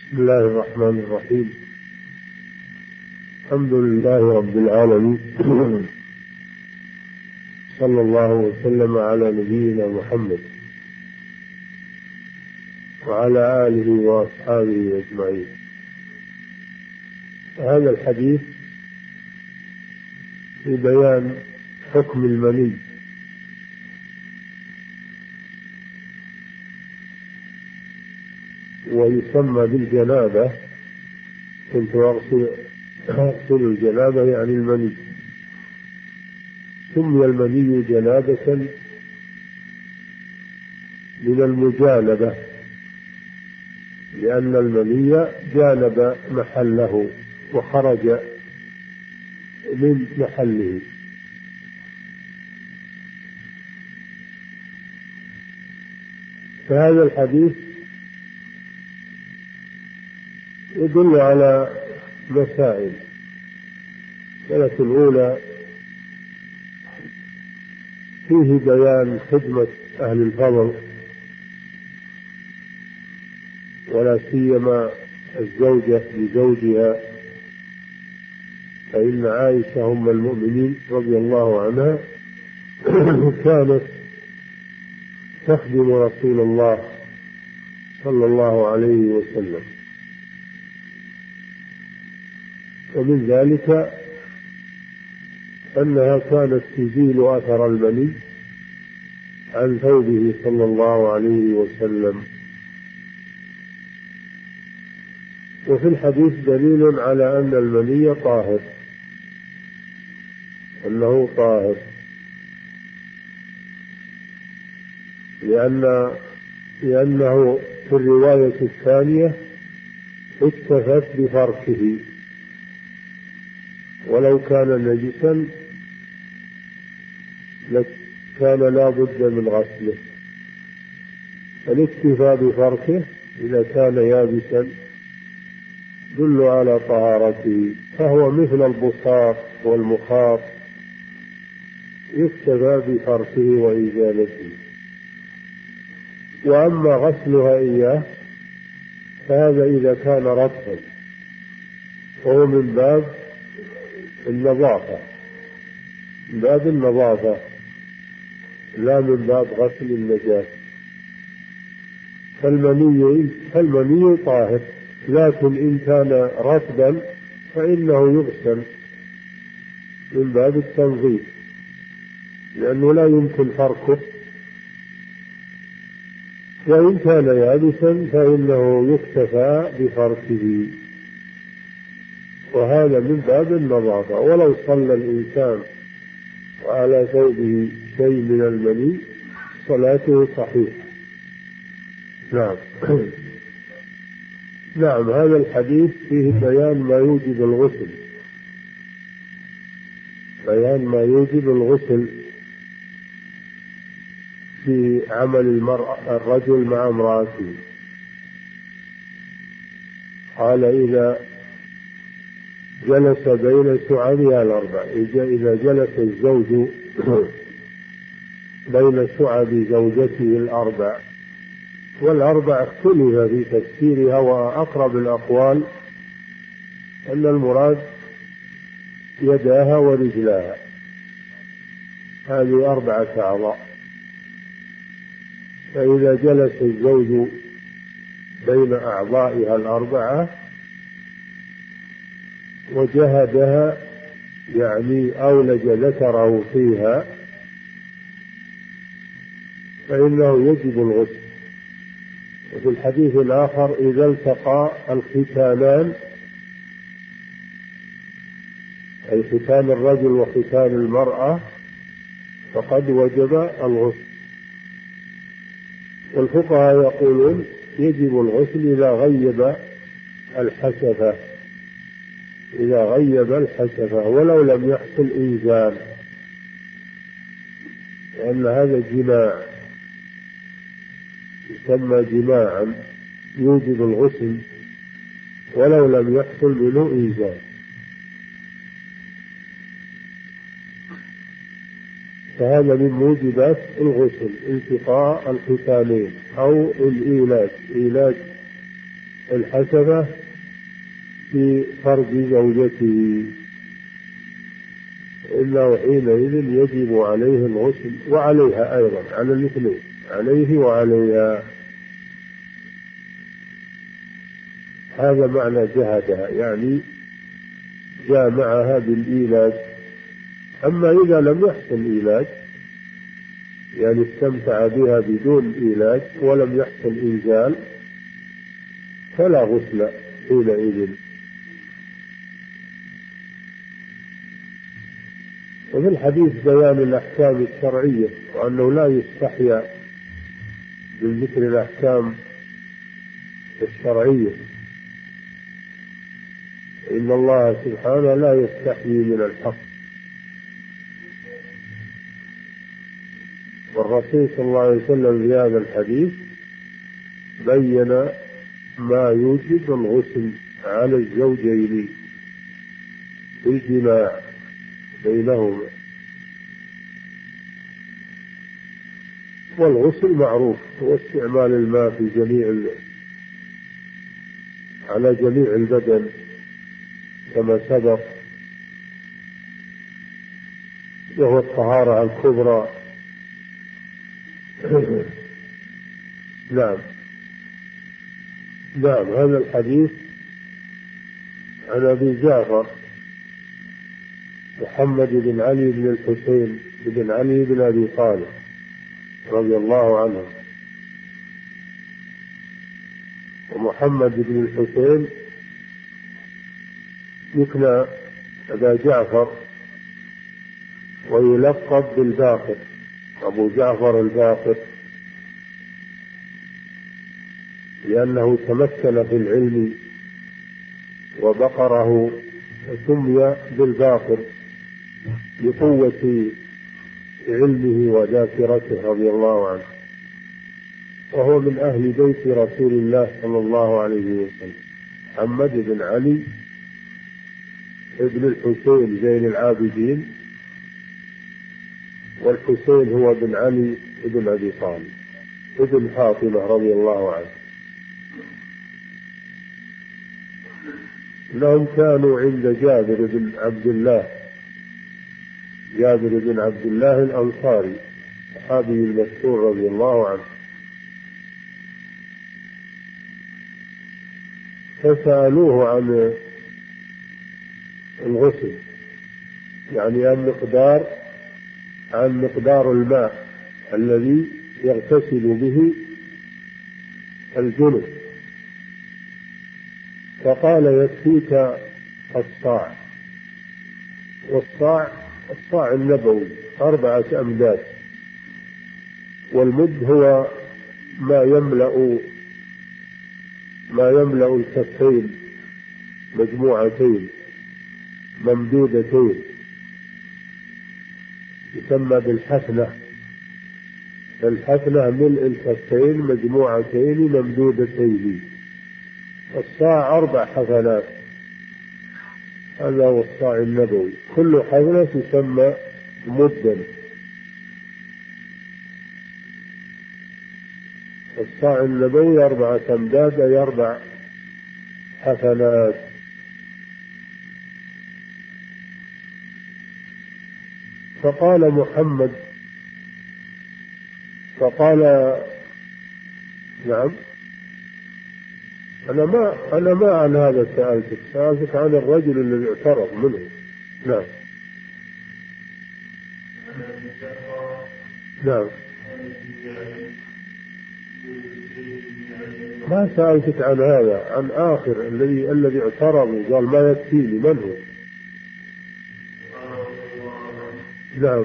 بسم الله الرحمن الرحيم. الحمد لله رب العالمين، صلى الله وسلم على نبينا محمد وعلى آله وأصحابه أجمعين. هذا الحديث في بيان حكم المني، ويسمى بالجنابة. كنت أغسل الجنابة يعني المني. سمي المني جنابة من المجانبة، لأن المني جانب محله وخرج من محله. فهذا الحديث يدل على مسائل. المسألة الأولى فيه بيان خدمة أهل الفضل، ولا سيما الزوجة لزوجها، فإن عائشة أم المؤمنين رضي الله عنها كانت تخدم رسول الله صلى الله عليه وسلم، ومن ذلك أنها كانت تزيل أثر المني عن ثوبه صلى الله عليه وسلم. وفي الحديث دليل على أن المني طاهر، أنه طاهر، لأنه في الرواية الثانية اكتفت بفركه، ولو كان نجسا كان لا بد من غسله. الاكتفاء بفركه إذا كان يابسا يدل على طهارته، فهو مثل البصاق والمخاط، يكتفى بفركه وإزالته. وأما غسلها إياه فهذا إذا كان رطبا، وهو من باب النظافة، من باب النظافة لا من باب غسل النجاسة. فالمني طاهر، لكن إن كان رطبا فإنه يغسل من باب التنظيف، لأنه لا يمكن فركه. وإن كان يابسا فإنه يكتفى بفركه، وهذا من باب النظافة. ولو صلى الإنسان وعلى ثوبه شيء من المني صلاته صحيحة. نعم. نعم، هذا الحديث فيه بيان ما يوجب الغسل، بيان ما يوجب الغسل في عمل الرجل مع امرأته. قال: إذا جلس بين شعبها الأربع، إذا جلس الزوج بين شعب زوجته الأربع. والأربع اختلف في تفسيرها، وأقرب الأقوال أن المراد يداها ورجلاها، هذه 4 أعضاء. فإذا جلس الزوج بين أعضائها الأربعة وجهدها، يعني أولج ذكره فيها، فإنه يجب الغسل. وفي الحديث الآخر: إذا التقى الختانان، أي ختان الرجل وختان المرأة، فقد وجب الغسل. والفقهاء يقولون يجب الغسل إذا غيب الحشفة، إذا غيب الحشفة ولو لم يحصل إنزال، لأن هذا جماع، يسمى جماعا، يوجب الغسل ولو لم يحصل منه إنزال. فهذا من موجبات الغسل، التقاء الختانين أو الإيلاج، إيلاج الحسبة في فرج زوجته، إنه حينئذ يجب عليه الغسل وعليها أيضا، على الاثنين، عليه وعليها. هذا معنى جهدها، يعني جامعها بالإيلاج. أما إذا لم يحصل إيلاج، يعني استمتع بها بدون إيلاج ولم يحصل إنزال، فلا غسل حينئذ. وفي الحديث بيان الأحكام الشرعية، وأنه لا يستحيا من ذكر الأحكام الشرعية، إن الله سبحانه لا يستحيي من الحق. والرسول صلى الله عليه وسلم في هذا الحديث بين ما يوجب الغسل على الزوجين بالجماع بينهما. والغسل معروف هو استعمال الماء في على جميع البدن كما سبق، وهو الطهارة الكبرى. نعم. هذا الحديث عن أبي جعفر محمد بن علي بن الحسين بن علي بن أبي طالب رضي الله عنه. ومحمد بن الحسين يكنى أبا جعفر ويلقب بالباقر، أبو جعفر الباقر، لأنه تمكن في العلم وبقره، سمي بالباقر لقوة علمه وذاكرته رضي الله عنه. وهو من أهل بيت رسول الله صلى الله عليه وسلم، محمد بن علي ابن الحسين زين العابدين، والحسين هو بن علي ابن أبي طالب ابن فاطمة رضي الله عنه. إنهم كانوا عند جابر بن عبد الله الأنصاري صحابي المشهور رضي الله عنه، فسألوه عن الغسل، يعني عن مقدار الماء الذي يغتسل به الجنب، فقال يكفيك الصاع، والصاع النبوي 4 أمداد، والمد هو ما يملأ الكفين مجموعتين ممدودتين، يسمى بالحفنة. الحفنة ملء الكفين مجموعتين ممدودتين. الصاع 4 حفنات، هذا هو الصاع النبوي، كل حفنة تسمى مدا. الصاع النبوي 4 أمداد، أي 4 حفنات. فقال محمد، نعم، أنا ما عن هذا سألتك عن الرجل الذي اعترض منه. نعم. ما سألتك عن هذا، عن آخر الذي اعترض وقال ما يكفيني، من هو؟ نعم.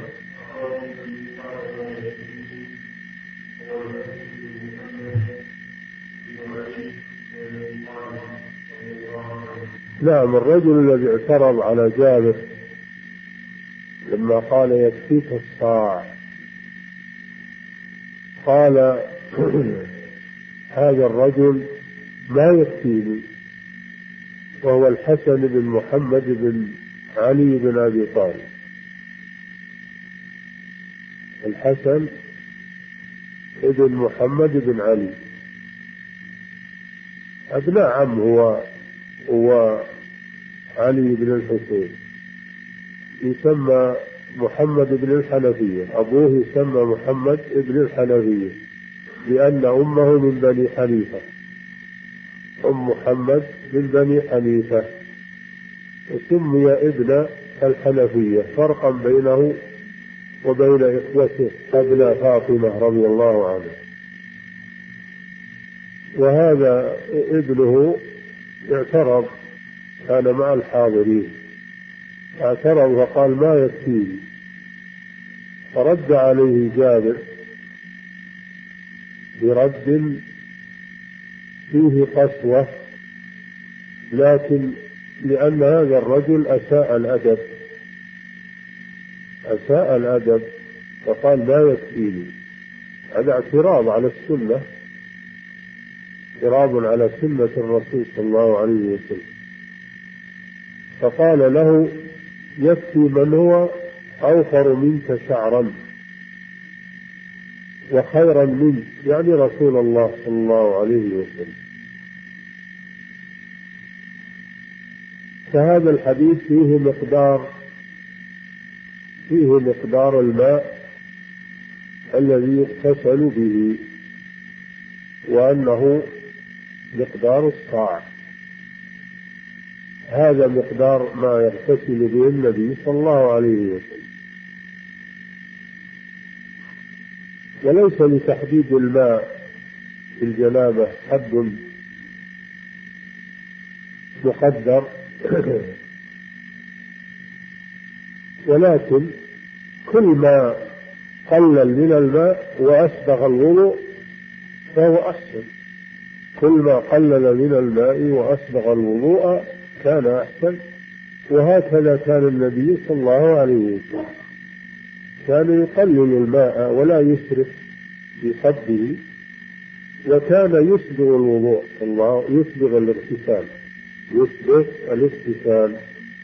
نعم، الرجل الذي اعترض على جابر لما قال يكفيك الصاع، قال هذا الرجل ما يكفيني، وهو الحسن بن محمد بن علي بن أبي طالب. الحسن ابن محمد بن علي أبناء عم هو علي بن الحسين، يسمى محمد بن الحنفية، أبوه يسمى محمد بن الحنفية لأن أمه من بني حنيفة، أم محمد من بني حنيفة، وسمي ابن الحنفية فرقا بينه وبين إخوته أبناء فاطمة رضي الله عنه. وهذا ابنه اعترض، كان مع الحاضرين، اعترض وقال ما يكفيه، فرد عليه جابر برد فيه قسوة، لكن لأن هذا الرجل أساء الأدب فقال ما يكفيني. هذا اعتراض على السنة، اعتراض على سنة الرسول صلى الله عليه وسلم. فقال له يكفي من هو أوفر منك شعرا وخيرا منك، يعني رسول الله صلى الله عليه وسلم. فهذا الحديث فيه مقدار الماء الذي يغتسل به، وأنه مقدار الصاع، هذا مقدار ما يغتسل به النبي صلى الله عليه وسلم. وليس لتحديد الماء في الجنابة حد مقدر، ولكن كل ما قلل من الماء وأسبغ الوضوء فهو أحسن، كل ما قلل من الماء وأسبغ الوضوء كان أحسن. وهكذا كان النبي صلى الله عليه وسلم، كان يقلل الماء ولا يسرف في صبه، وكان يسبغ الوضوء، يسبغ الاغتسال.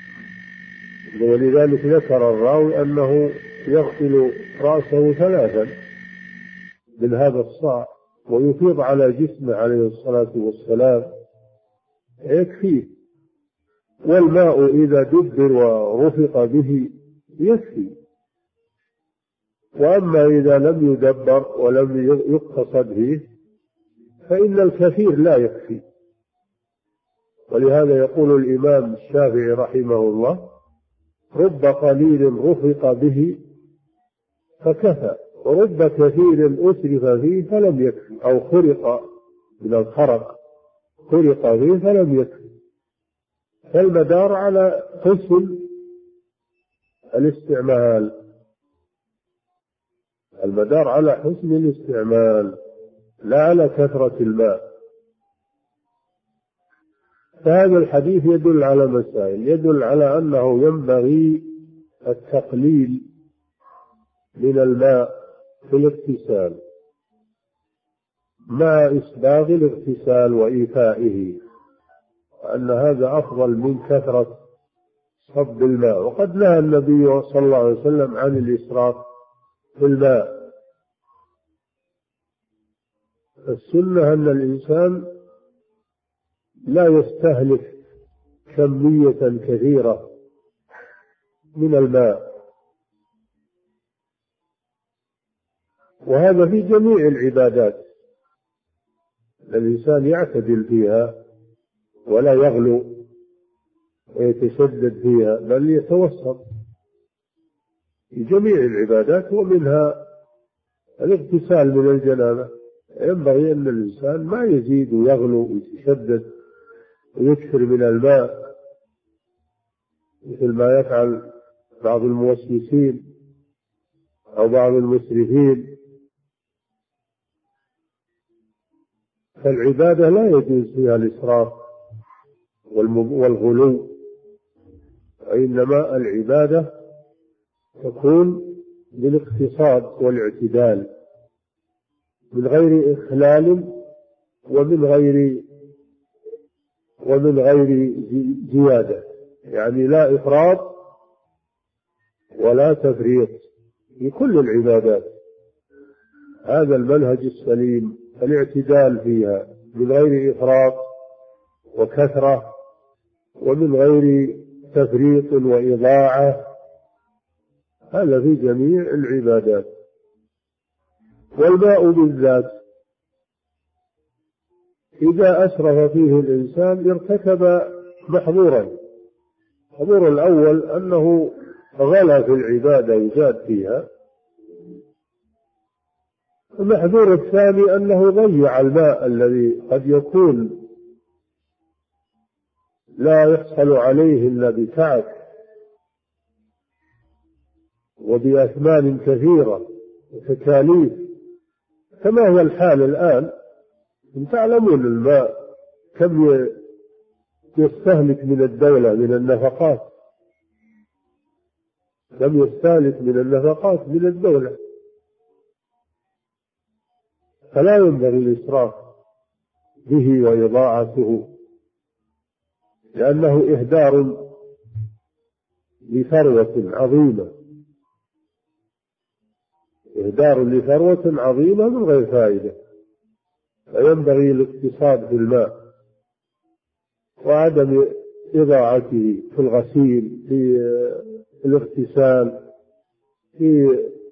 ولذلك ذكر الراوي أنه يغسل رأسه 3 من هذا الصاع ويفيض على جسمه عليه الصلاة والسلام، يكفيه. والماء إذا دبر ورفق به يكفي. وأما إذا لم يدبر ولم يقتصد به فإن الكثير لا يكفي. ولهذا يقول الإمام الشافعي رحمه الله رب قليل رفق به فكفى، ورب كثير أسرف فيه فلم يكفي، أو خرق من الخرق، خرق فيه فلم يكفي. فالمدار على حسن الاستعمال، المدار على حسن الاستعمال لا على كثرة الماء. فهذا الحديث يدل على مسائل، يدل على أنه ينبغي التقليل من الماء في الاغتسال مع إسباغ الاغتسال وإيفائه، وأن هذا أفضل من كثرة صب الماء. وقد نهى النبي صلى الله عليه وسلم عن الإسراف في الماء. السنة أن الإنسان لا يستهلك كمية كثيرة من الماء، وهذا في جميع العبادات. الإنسان يعتدل فيها ولا يغلو ويتشدد فيها، بل يتوسط في جميع العبادات، ومنها الاغتسال من الجنابة. ينبغي أن الإنسان ما يزيد ويغلو ويتشدد ويكثر من الماء مثل ما يفعل بعض الموسوسين أو بعض المسرفين. فالعبادة لا يجوز فيها الإسراف والغلو، وإنما العبادة تكون بالاقتصاد والاعتدال من غير إخلال ومن غير زيادة، يعني لا إفراط ولا تفريط في كل العبادات. هذا المنهج السليم، الاعتدال فيها من غير إفراط وكثرة ومن غير تفريط وإضاعة، هذا في جميع العبادات. والماء بالذات إذا أسرف فيه الإنسان ارتكب محظورا. المحظور الأول أنه غلا في العبادة وزاد فيها. المحظور الثاني أنه ضيع الماء الذي قد يكون لا يحصل عليه إلا بتعب وبأثمان كثيرة وتكاليف، كما هو الحال الآن. تعلمون الماء كم يستهلك من الدولة من النفقات، كم يستهلك من النفقات من الدولة، فلا ينبغي الإسراف به وإضاعته، لأنه إهدار لثروة عظيمة، إهدار لثروة عظيمة من غير فائدة. فينبغي الاقتصاد في الماء وعدم إضاعته في الغسيل، في الاغتسال، في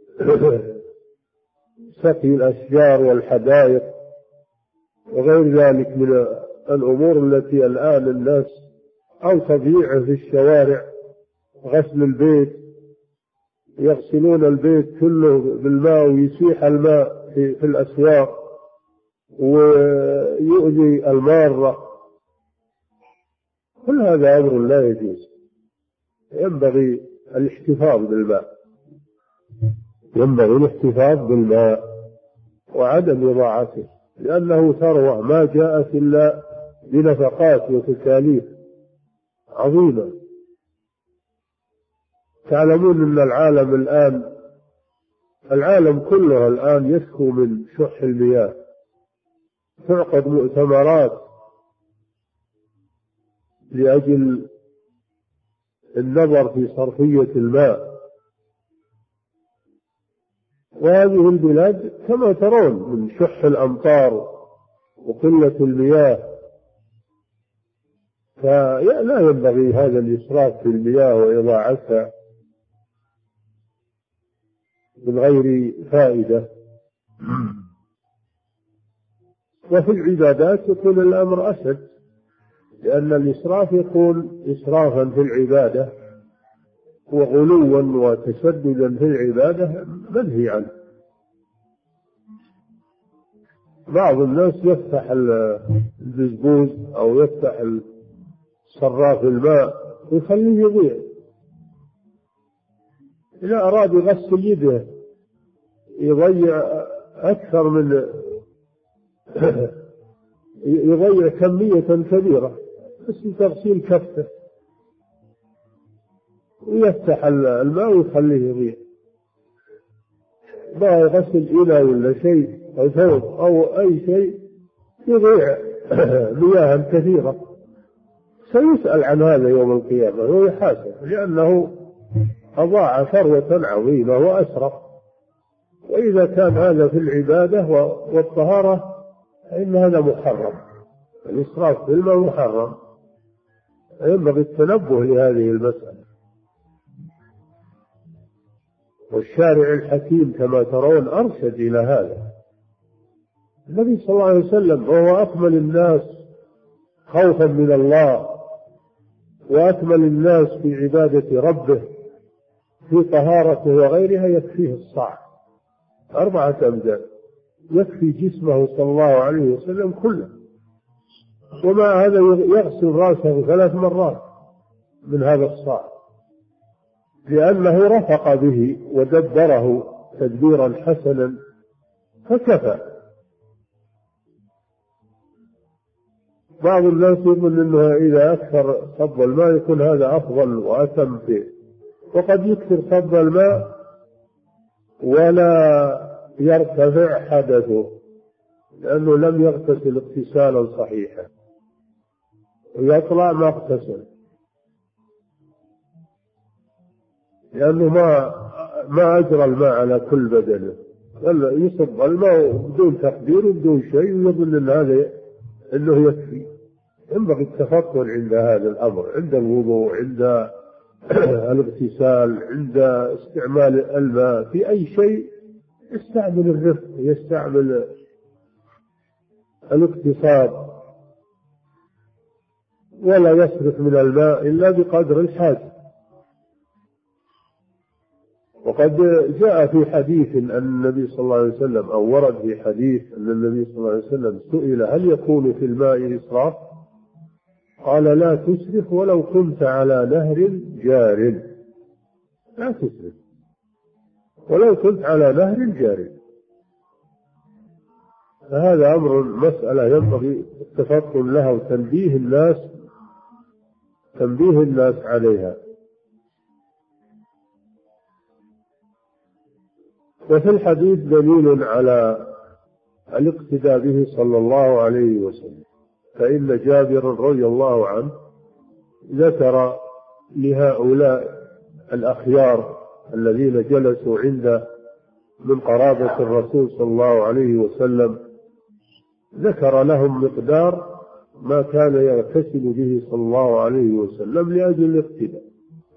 سقي الأشجار والحدائق وغير ذلك من الأمور التي الآن الناس أو تضيع في الشوارع. غسل البيت، يغسلون البيت كله بالماء ويسيح الماء في الأسواق ويؤذي المارة. كل هذا أمر لا يجوز. ينبغي الاحتفاظ بالماء، ينبغي الاحتفاظ بالماء وعدم إضاعته، لأنه ثروة ما جاءت إلا بنفقات وتكاليف عظيمة. تعلمون أن العالم كله الآن يشكو من شح المياه. تعقد مؤتمرات لأجل النظر في صرفية الماء، وهذه البلاد كما ترون من شح الأمطار وقلة المياه، فلا ينبغي هذا الإسراف في المياه وإضاعتها من غير فائدة. وفي العبادات يكون الأمر أشد، لأن الإسراف يكون إسرافا في العبادة وغلوا وتشددا في العبادة منهي عنه. بعض الناس يفتح البزبوز أو يفتح صراف الماء ويخليه يضيع. إذا أراد يغسل يده يضيع أكثر من يضيع كمية كبيرة بس تغسيل كفه، ويفتح الماء ويخليه يضيع. ما يغسل إناء ولا شيء أو ثوب أو أي شيء يضيع مياه كثيرة، سيسأل عن هذا يوم القيامة ويحاسب، لأنه أضاع ثروة عظيمة وأسرف. وإذا كان هذا في العبادة والطهارة فإن هذا محرم، الإسراف في الماء محرم. ينبغي التنبه لهذه المسألة. والشارع الحكيم كما ترون أرشد إلى هذا. النبي صلى الله عليه وسلم وهو أكمل الناس خوفا من الله وأكمل الناس في عبادة ربه في طهارته وغيرها، يكفيه الصاع 4 أمداد، يكفي جسمه صلى الله عليه وسلم كله. ومع هذا يغسل رأسه 3 مرات من هذا الصاع، لأنه رفق به ودبره تدبيرا حسنا فكفى. بعض الناس يقول إنه إذا أكثر صب الماء يكون هذا أفضل وأتم فيه، وقد يكثر صب الماء ولا يرتفع حدثه لأنه لم يغتسل اغتسالا صحيحا ويطلع ما اغتسل، لأنه ما أجرى الماء على كل بدنه، يصب الماء بدون تقدير وبدون شيء ويظن أن هذا أنه يكفي. ينبغي التفطن عند هذا الأمر، عند الوضوء، عند الاغتسال، عند استعمال الماء، في أي شيء يستعمل الرفق، يستعمل الاقتصاد، ولا يصرف من الماء إلا بقدر الحاجة. وقد جاء في حديث أن النبي صلى الله عليه وسلم، أو ورد في حديث أن النبي صلى الله عليه وسلم سئل هل يكون في الماء إسراف؟ قال لا تسرف ولو كنت على نهر جار. لا تسرف ولو كنت على نهر جار. فهذا أمر مسألة ينبغي التفطن لها وتنبيه الناس عليها. وفي الحديث دليل على الاقتداء به صلى الله عليه وسلم، فإن جابر رضي الله عنه ذكر لهؤلاء الأخيار الذين جلسوا عنده من قرابة الرسول صلى الله عليه وسلم، ذكر لهم مقدار ما كان يغتسل به صلى الله عليه وسلم لأجل الاقتداء.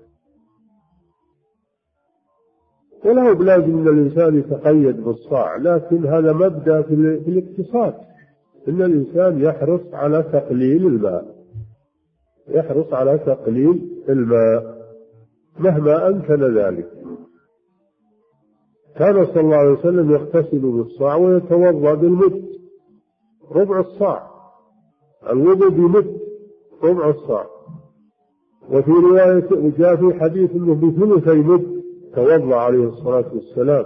ولا بلازم أن الإنسان يتقيد بالصاع، لكن هذا مبدأ في الاقتصاد، إن الإنسان يحرص على تقليل الماء مهما أمكن ذلك. كان صلى الله عليه وسلم يغتسل بالصاع ويتوضأ بالمد، ربع الصاع، الوضوء بمد ربع الصاع. وفي رواية وجاء في حديث أنه بثلثي مد توضأ عليه الصلاة والسلام.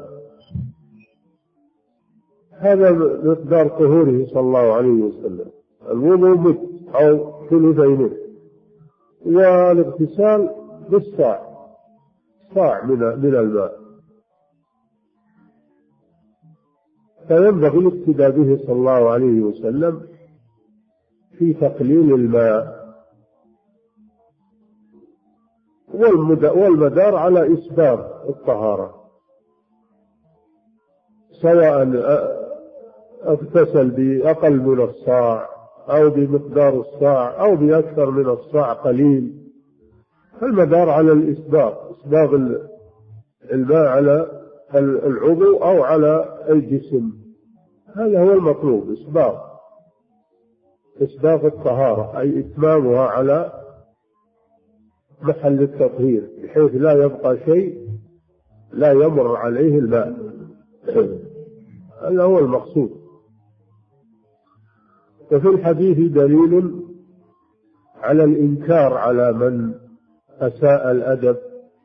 هذا مقدار طهوره صلى الله عليه وسلم، الوضوء مد أو ثلثي مد، والاغتسال بالصاع، صاع من الماء. فينبغي الاقتداء به صلى الله عليه وسلم في تقليل الماء، والمدار على إسباغ الطهارة، سواء اغتسل بأقل من الصاع أو بمقدار الصاع أو بأكثر من الصاع قليل. فالمدار على إسباغ الماء على العضو أو على الجسم، هذا هو المطلوب، إسباغ الطهارة، أي إتمامها على محل التطهير بحيث لا يبقى شيء لا يمر عليه الماء. هذا هو المقصود. وفي الحديث دليل على الإنكار على من أساء الأدب،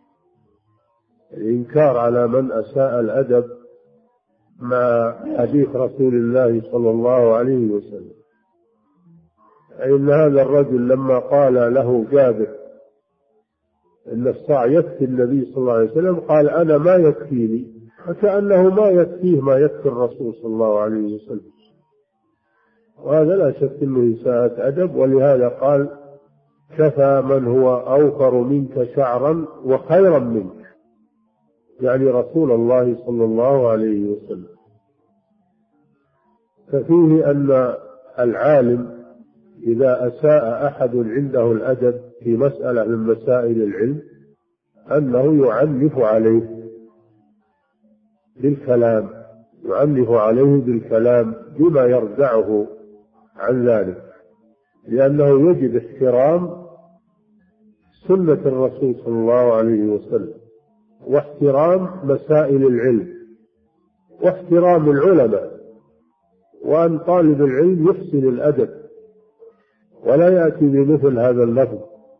الإنكار على من أساء الأدب مع حديث رسول الله صلى الله عليه وسلم. إن هذا الرجل لما قال له جابر إن الصاع يكفي النبي صلى الله عليه وسلم، قال أنا ما يكفيني، فكأنه ما يكفيه ما يكفي الرسول صلى الله عليه وسلم. وهذا لا شك أنه إساءة أدب، ولهذا قال كفى من هو أوفر منك شعرا وخيرا منك، يعني رسول الله صلى الله عليه وسلم. ففيه أن العالم إذا أساء أحد عنده الأدب في مسألة من مسائل العلم أنه يعنف عليه بالكلام بما يردعه عن ذلك، لأنه يجب احترام سنة الرسول صلى الله عليه وسلم، واحترام مسائل العلم، واحترام العلماء، وأن طالب العلم يحسن الأدب ولا يأتي بمثل هذا اللفظ.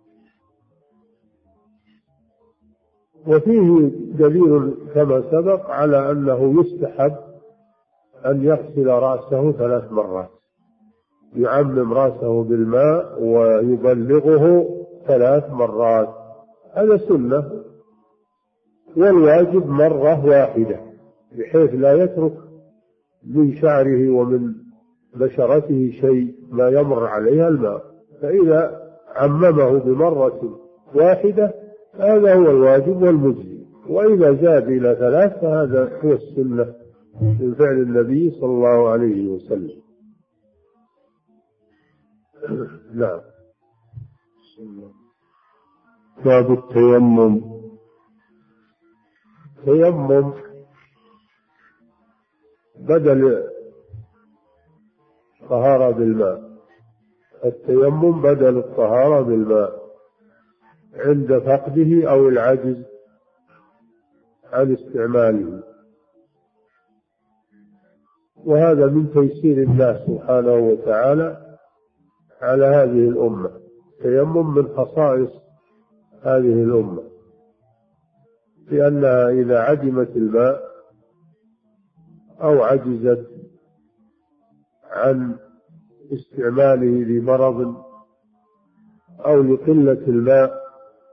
وفيه دليل كما سبق على أنه يستحب أن يغسل رأسه 3 مرات، يعمم رأسه بالماء ويبلغه 3 مرات، هذا سنة. والواجب مرة واحدة بحيث لا يترك من شعره ومن بشرته شيء ما يمر عليها الماء، فإذا عممه بمرة واحدة هذا هو الواجب والمجزي. وإذا زاد إلى 3 فهذا هو السنة من فعل النبي صلى الله عليه وسلم. نعم. باب التيمم. تيمم بدل الطهارة بالماء. التيمم بدل الطهارة بالماء عند فقده أو العجز عن استعماله، وهذا من تيسير الله سبحانه وتعالى على هذه الأمة. التيمم من خصائص هذه الأمة، لأنها إذا عدمت الماء أو عجزت عن استعماله لمرض أو لقلة الماء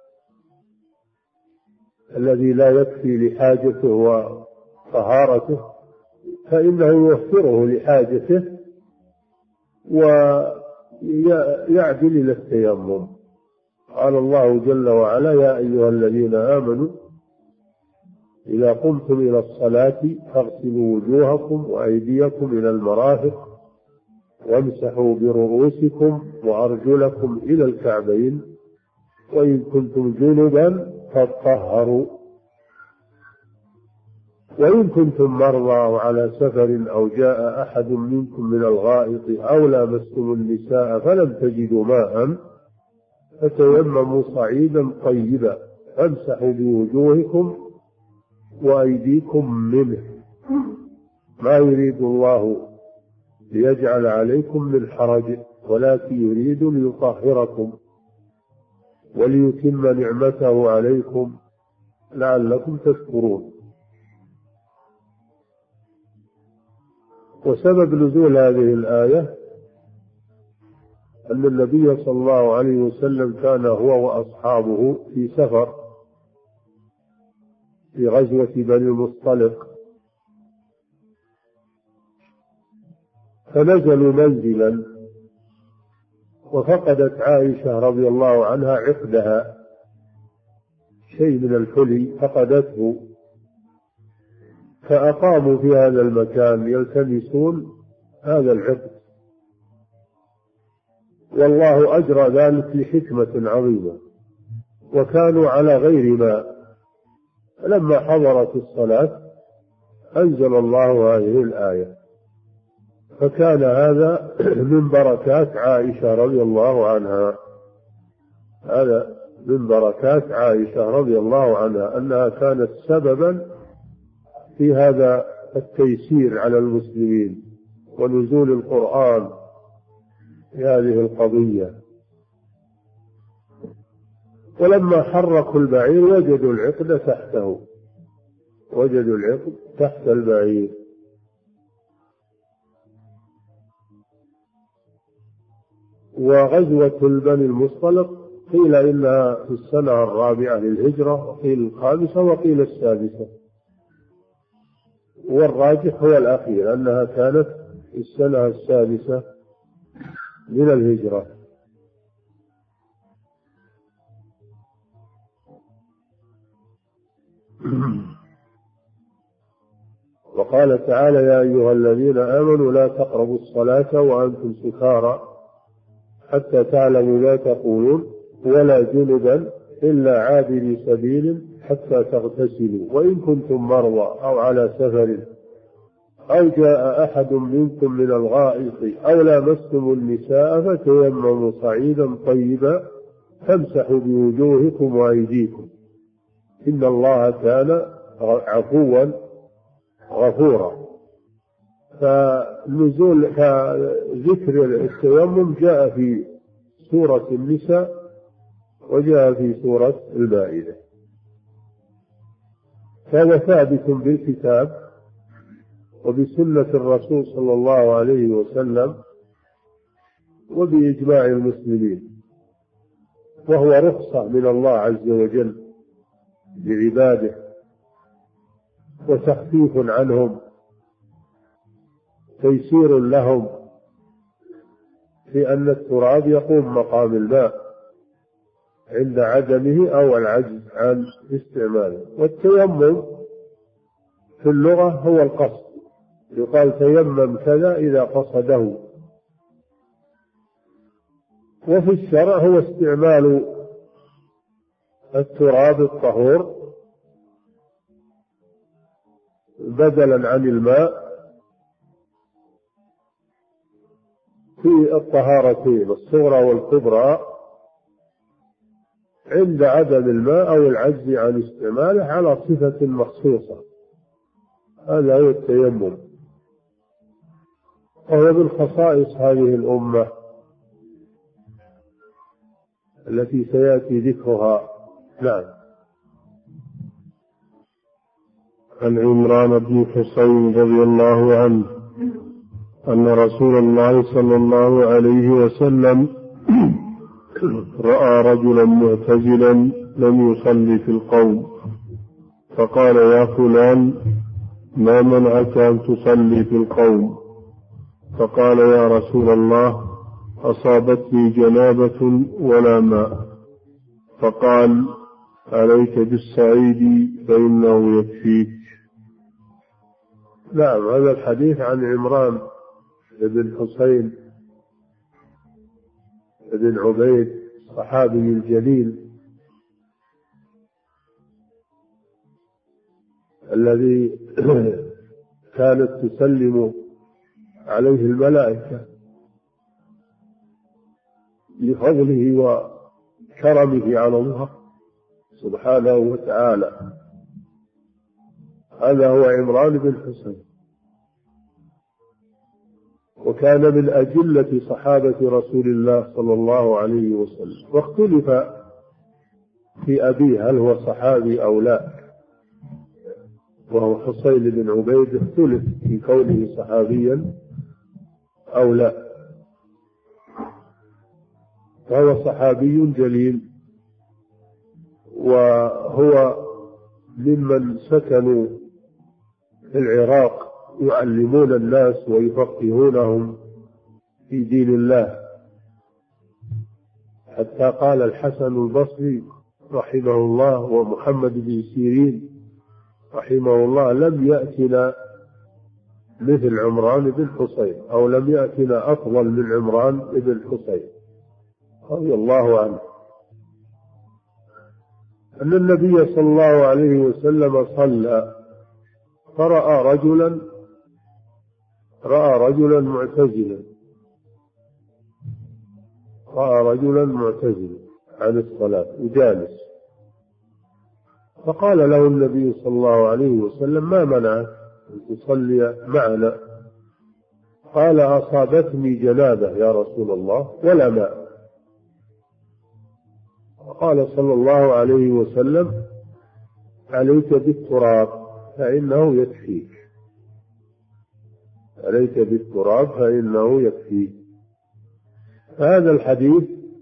الذي لا يكفي لحاجته وطهارته، فإنه يوفره لحاجته ويعدل إلى التيمم. قال الله جل وعلا: يا أيها الذين آمنوا إذا قمتم إلى الصلاة فاغسلوا وجوهكم وأيديكم إلى المرافق وامسحوا برؤوسكم وأرجلكم إلى الكعبين وإن كنتم جنبا فاطهروا وإن كنتم مرضى أو على سفر أو جاء أحد منكم من الغائط أو لامستم النساء فلم تجدوا ماء فتيمموا صعيدا طيبا فامسحوا بوجوهكم وأيديكم منه ما يريد الله ليجعل عليكم من حرج ولكن يريد ليطهركم وليتم نعمته عليكم لعلكم تشكرون. وسبب نزول هذه الآية أن النبي صلى الله عليه وسلم كان هو وأصحابه في سفر في غزوة بني المصطلق، فنزلوا منزلا وفقدت عائشة رضي الله عنها عقدها، شيء من الحلي فقدته، فأقاموا في هذا المكان يلتمسون هذا العقد، والله أجرى ذلك لحكمة عظيمة، وكانوا على غير ماء. لما حضرت الصلاة أنزل الله هذه الآية، فكان هذا من بركات عائشة رضي الله عنها. هذا من بركات عائشة رضي الله عنها أنها كانت سببا في هذا التيسير على المسلمين ونزول القرآن في هذه القضية. ولما حركوا البعير وجدوا العقد تحته، وجدوا العقد تحت البعير. وغزوة بني المصطلق قيل إنها في السنة الرابعة للهجرة، وقيل الخامسة، وقيل السادسة، والراجح هو الأخير أنها كانت في السنة السادسة من الهجرة. وقال تعالى: يا أيها الذين آمنوا لا تقربوا الصلاة وأنتم سكارى حتى تعلموا ما تقولون ولا جنبا إلا عابري سبيل حتى تغتسلوا وإن كنتم مرضى أو على سفر أو جاء أحد منكم من الغائط أو لامستم النساء فتيمموا صعيدا طيبا فامسحوا بوجوهكم وأيديكم إن الله كان عفوا غفورا. فذكر التيمم جاء في سورة النساء وجاء في سورة المائدة، فهو ثابت بالكتاب وبسنة الرسول صلى الله عليه وسلم وبإجماع المسلمين، وهو رخصة من الله عز وجل لعباده وتخفيف عنهم، تيسير لهم في أن التراب يقوم مقام الماء عند عدمه أو العجز عن استعماله. والتيمم في اللغة هو القصد، يقال تيمم كذا إذا قصده، وفي الشرع هو استعمال التراب الطهور بدلا عن الماء في الطهارتين الصغرى والكبرى عند عدم الماء أو العجز عن استعماله على صفة مخصوصة. هذا هو التيمم، وهو من خصائص هذه الأمة التي سيأتي ذكرها. نعم. عن عمران بن حسين رضي الله عنه أن رسول الله صلى الله عليه وسلم رأى رجلا معتزلا لم يصلي في القوم، فقال: يا فلان، ما منعك أن تصلي في القوم؟ فقال: يا رسول الله، أصابتني جنابة ولا ماء. فقال: عليك بالصعيد فإنه يكفيك. نعم. هذا الحديث عن عمران بن حسين بن عبيد الصحابي الجليل الذي كانت تسلم عليه الملائكة لفضله وكرمه على الله سبحانه وتعالى. هذا هو عمران بن حسين، وكان من أجلة صحابة رسول الله صلى الله عليه وسلم. واختلف في أبيه هل هو صحابي أو لا، وهو حسين بن عبيد اختلف في كونه صحابيا أو لا، فهو صحابي جليل، وهو ممن سكنوا في العراق يعلمون الناس ويفقهونهم في دين الله، حتى قال الحسن البصري رحمه الله ومحمد بن سيرين رحمه الله: لم يأتنا مثل عمران بن حسين، أو لم يأتنا أفضل من عمران بن حسين رضي الله عنه. أن النبي صلى الله عليه وسلم صلى فرأى رجلا معتزلا عن الصلاة وجالس، فقال له النبي صلى الله عليه وسلم: ما منعك أن تصلي معنا؟ قال: أصابتني جنابة يا رسول الله ولا ماء. قال صلى الله عليه وسلم: عليك بالتراب فإنه يكفيك، عليك بالتراب فإنه يكفيك. هذا الحديث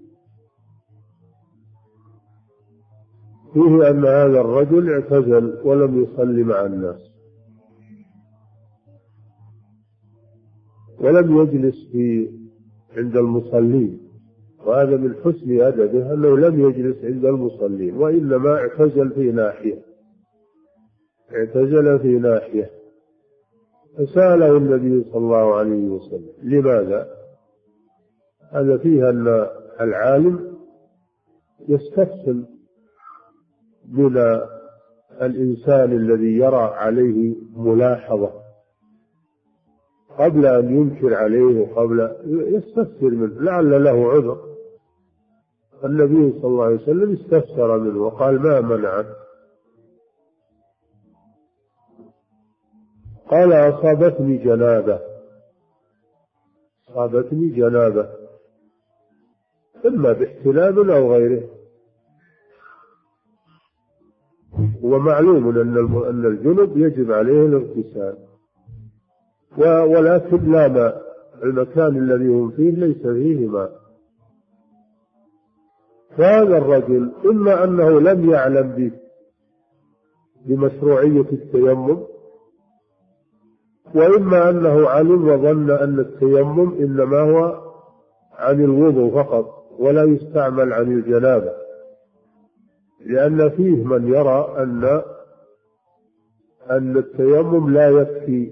فيه أن هذا الرجل اعتزل ولم يصلي مع الناس، ولم يجلس عند المصلين، وهذا من حسن أدبه أنه لم يجلس عند المصلين، وإنما اعتزل في ناحية. فسأله النبي صلى الله عليه وسلم: لماذا؟ هذا فيه أن العالم يستفسر من الإنسان الذي يرى عليه ملاحظة قبل أن ينكر عليه، وقبل يستفسر منه لعل له عذر. النبي صلى الله عليه وسلم استفسر منه وقال: ما منعك؟ قال: أصابتني جنابة إما باحتلام أو غيره. ومعلوم أن الجنب يجب عليه الاغتسال، ولكن لا ماء، المكان الذي هم فيه ليس فيه ماء. فهذا الرجل إما أنه لم يعلم بمشروعية التيمم، وإما أنه علم وظن أن التيمم إنما هو عن الوضوء فقط ولا يستعمل عن الجنابة، لأن فيه من يرى أن التيمم لا يكفي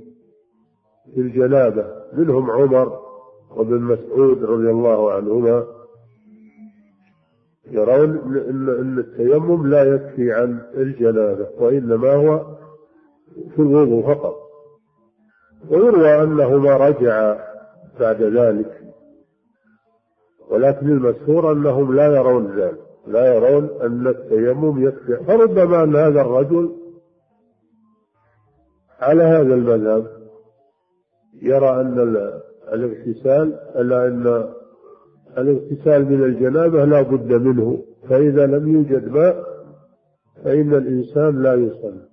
في الجنابة، منهم عمر وابن مسعود رضي الله عنهما يرون أن التيمم لا يكفي عن الجنابة، وإنما هو في الوضوء فقط. ويروى أنهما رجع بعد ذلك، ولكن المشهور أنهم لا يرون ذلك، لا يرون أن التيمم يكفي. فربما أن هذا الرجل على هذا المذهب يرى أن الاغتسال من الجنابة لا بد منه، فإذا لم يوجد ماء فإن الإنسان لا يصلي.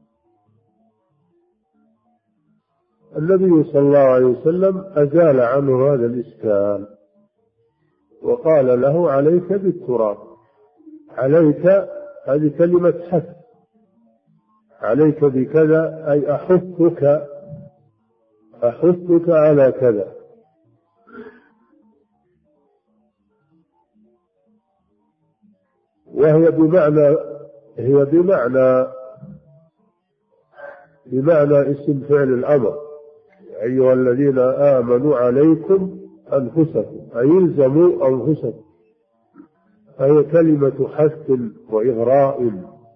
النبي صلى الله عليه وسلم أزال عنه هذا الإشكال وقال له: عليك بالتراب. عليك هذه كلمة حث، عليك بكذا أي أحثك على كذا. وهي بمعنى اسم فعل الأمر: أيها الذين آمنوا عليكم أنفسكم، أي يلزموا أنفسكم. فهي كلمة حث وإغراء.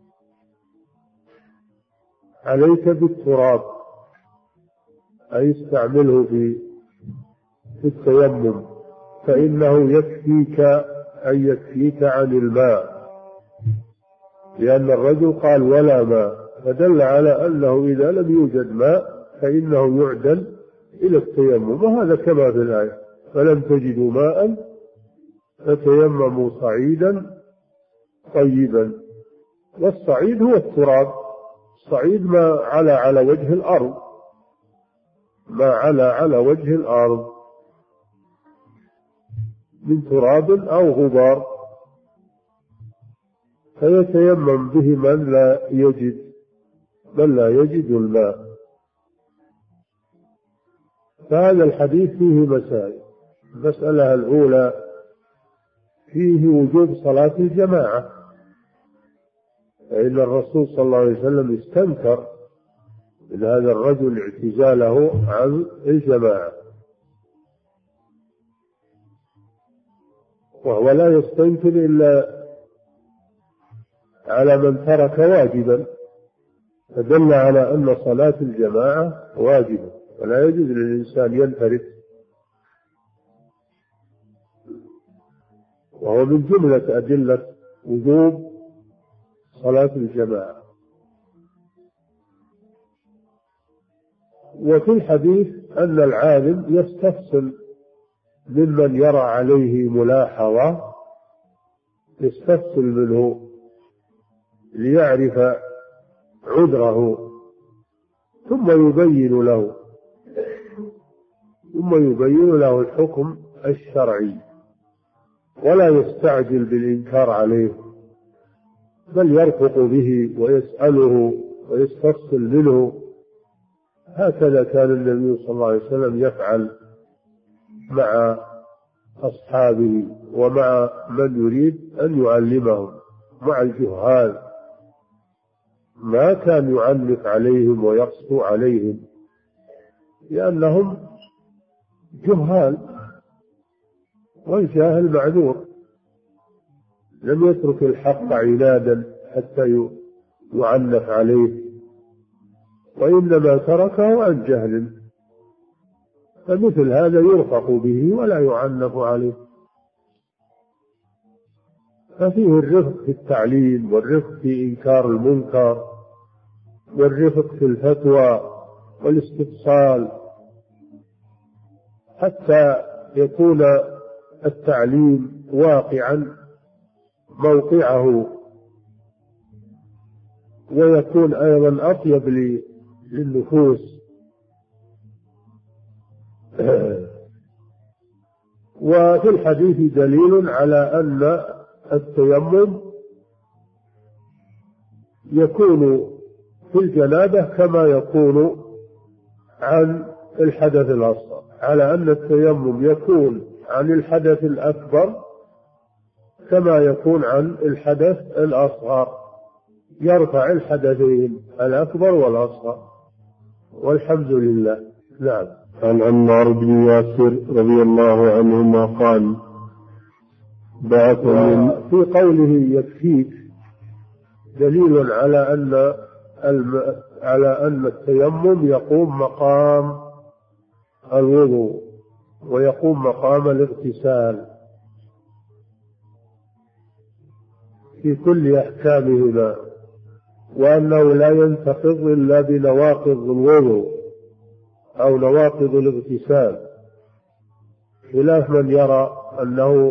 عليك بالتراب أي استعمله في التيمم، فإنه يكفيك عن الماء، لأن الرجل قال: ولا ماء، فدل على أنه إذا لم يوجد ماء فإنه يعدل إلى التيمم. وهذا كما في الآية: فلم تجدوا ماء فتيمموا صعيدا طيبا. والصعيد هو التراب، الصعيد ما على وجه الأرض، ما على وجه الأرض من تراب أو غبار، فيتيمم به من لا يجد الماء. فهذا الحديث فيه مسائل. المسألة الأولى: فيه وجوب صلاة الجماعة، فإن الرسول صلى الله عليه وسلم استنكر من هذا الرجل اعتزاله عن الجماعة، وهو لا يستنكر إلا على من ترك واجبا، فدل على أن صلاة الجماعة واجبة، ولا يجوز للإنسان ينفرد. وهو من جملة أدلة وجوب صلاة الجماعة. وفي الحديث أن العالم يستفصل ممن يرى عليه ملاحظة، يستفصل منه ليعرف عذره، ثم يبين له الحكم الشرعي، ولا يستعجل بالإنكار عليه، بل يرفق به ويسأله ويستفصل منه. هكذا كان النبي صلى الله عليه وسلم يفعل مع أصحابه ومع من يريد أن يعلمهم. مع الجهال ما كان يعنف عليهم ويقسو عليهم، لأنهم جهال، والجاهل معذور، لم يترك الحق عنادا حتى يعنف عليه، وإنما تركه عن جهل. فمثل هذا يرفق به ولا يعنف عليه. ففيه الرفق في التعليم، والرفق في إنكار المنكر، والرفق في الفتوى والاستفصال، حتى يكون التعليم واقعا موقعه، ويكون أيضا أطيب للنفوس. وفي الحديث دليل على أن التيمم يكون في الجنابة كما يكون عن الحدث الأصغر، على أن التيمم يكون عن الحدث الأكبر كما يكون عن الحدث الأصغر، يرفع الحدثين الأكبر والأصغر، والحمد لله. نعم. عن عمار بن ياسر رضي الله عنهما قال: في قوله يكفيك دليل على أن التيمم يقوم مقام الوضوء ويقوم مقام الاغتسال في كل أحكامهما، وأنه لا ينتقض إلا بنواقض الوضوء أو نواقض الاغتسال، خلاف من يرى أنه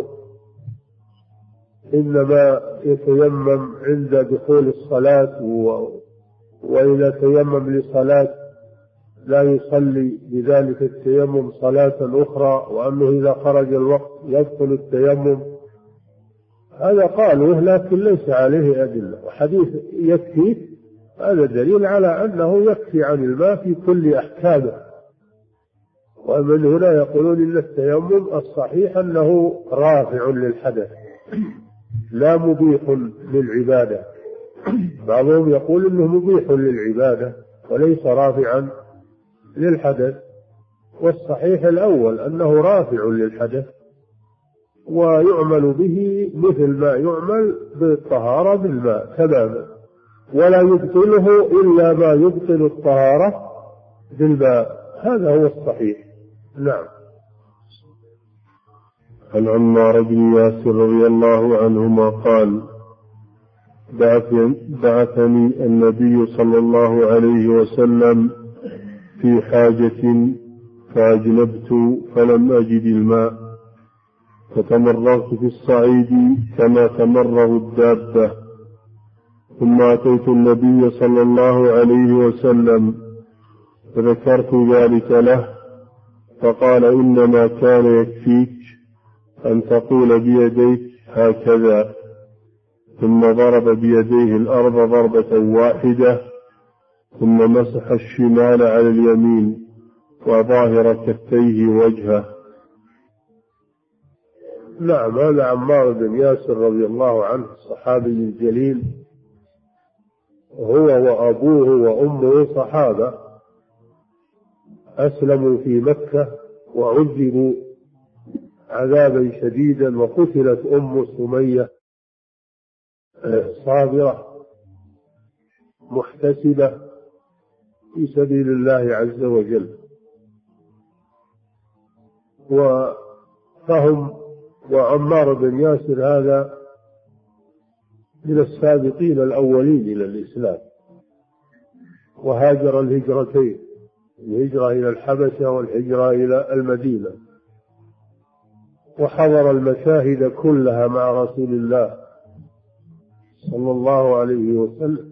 إنما يتيمم عند دخول الصلاة، وإذا تيمم لصلاة لا يصلي بذلك التيمم صلاة أخرى، وأنه إذا خرج الوقت يدخل التيمم. هذا قالوه لكن ليس عليه أدلة. وحديث يكفي هذا دليل على أنه يكفي عن الماء في كل أحكامه. ومن هنا يقولون إن التيمم الصحيح أنه رافع للحدث لا مبيح للعبادة. بعضهم يقول إنه مبيح للعبادة وليس رافعا للحدث، والصحيح الأول أنه رافع للحدث ويعمل به مثل ما يعمل بالطهارة بالماء تماما، ولا يبطله إلا ما يبطل الطهارة بالماء. هذا هو الصحيح. نعم. عن عمار بن ياسر رضي الله عنهما قال: بعثني النبي صلى الله عليه وسلم في حاجة فأجنبت فلم أجد الماء، فتمرغت في الصعيد كما تمرغ الدابة، ثم أتيت النبي صلى الله عليه وسلم فذكرت ذلك له، فقال: إنما كان يكفيك أن تقول بيديك هكذا، ثم ضرب بيديه الأرض ضربة واحدة، ثم مسح الشمال على اليمين وظاهر كفيه وجهه. نعم. هذا عمار بن ياسر رضي الله عنه الصحابي الجليل، هو وأبوه وأمه صحابة أسلموا في مكة وعذبوا عذابا شديدا، وقتلت أم سمية صابرة محتسبة في سبيل الله عز وجل. وعمار بن ياسر هذا من السابقين الأولين إلى الإسلام، وهاجر الهجرتين، الهجرة إلى الحبشة والهجرة إلى المدينة، وحضر المشاهد كلها مع رسول الله صلى الله عليه وسلم،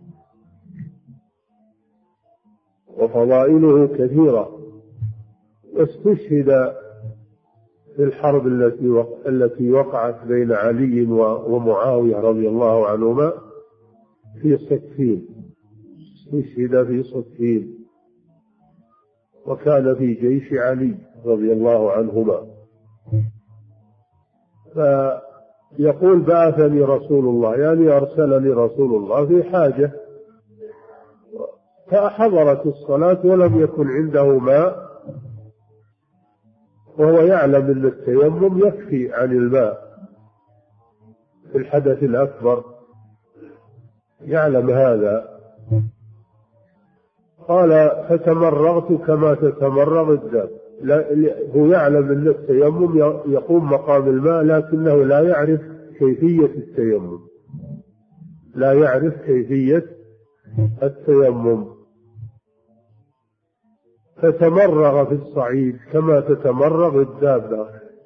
وفضائله كثيرة. واستشهد في الحرب التي وقعت بين علي ومعاوية رضي الله عنهما في صفين، استشهد في صفين، وكان في جيش علي رضي الله عنهما. فيقول: بعثني رسول الله، يعني أرسلني رسول الله في حاجة، فحضرت الصلاة ولم يكن عنده ماء، وهو يعلم أن التيمم يكفي عن الماء في الحدث الأكبر، يعلم هذا. قال: فتمرغت كما تتمرغ الدابة. هو يعلم أن التيمم يقوم مقام الماء، لكنه لا يعرف كيفية التيمم، لا يعرف كيفية التيمم. فتمرغ في الصعيد كما تتمرغ الدابة.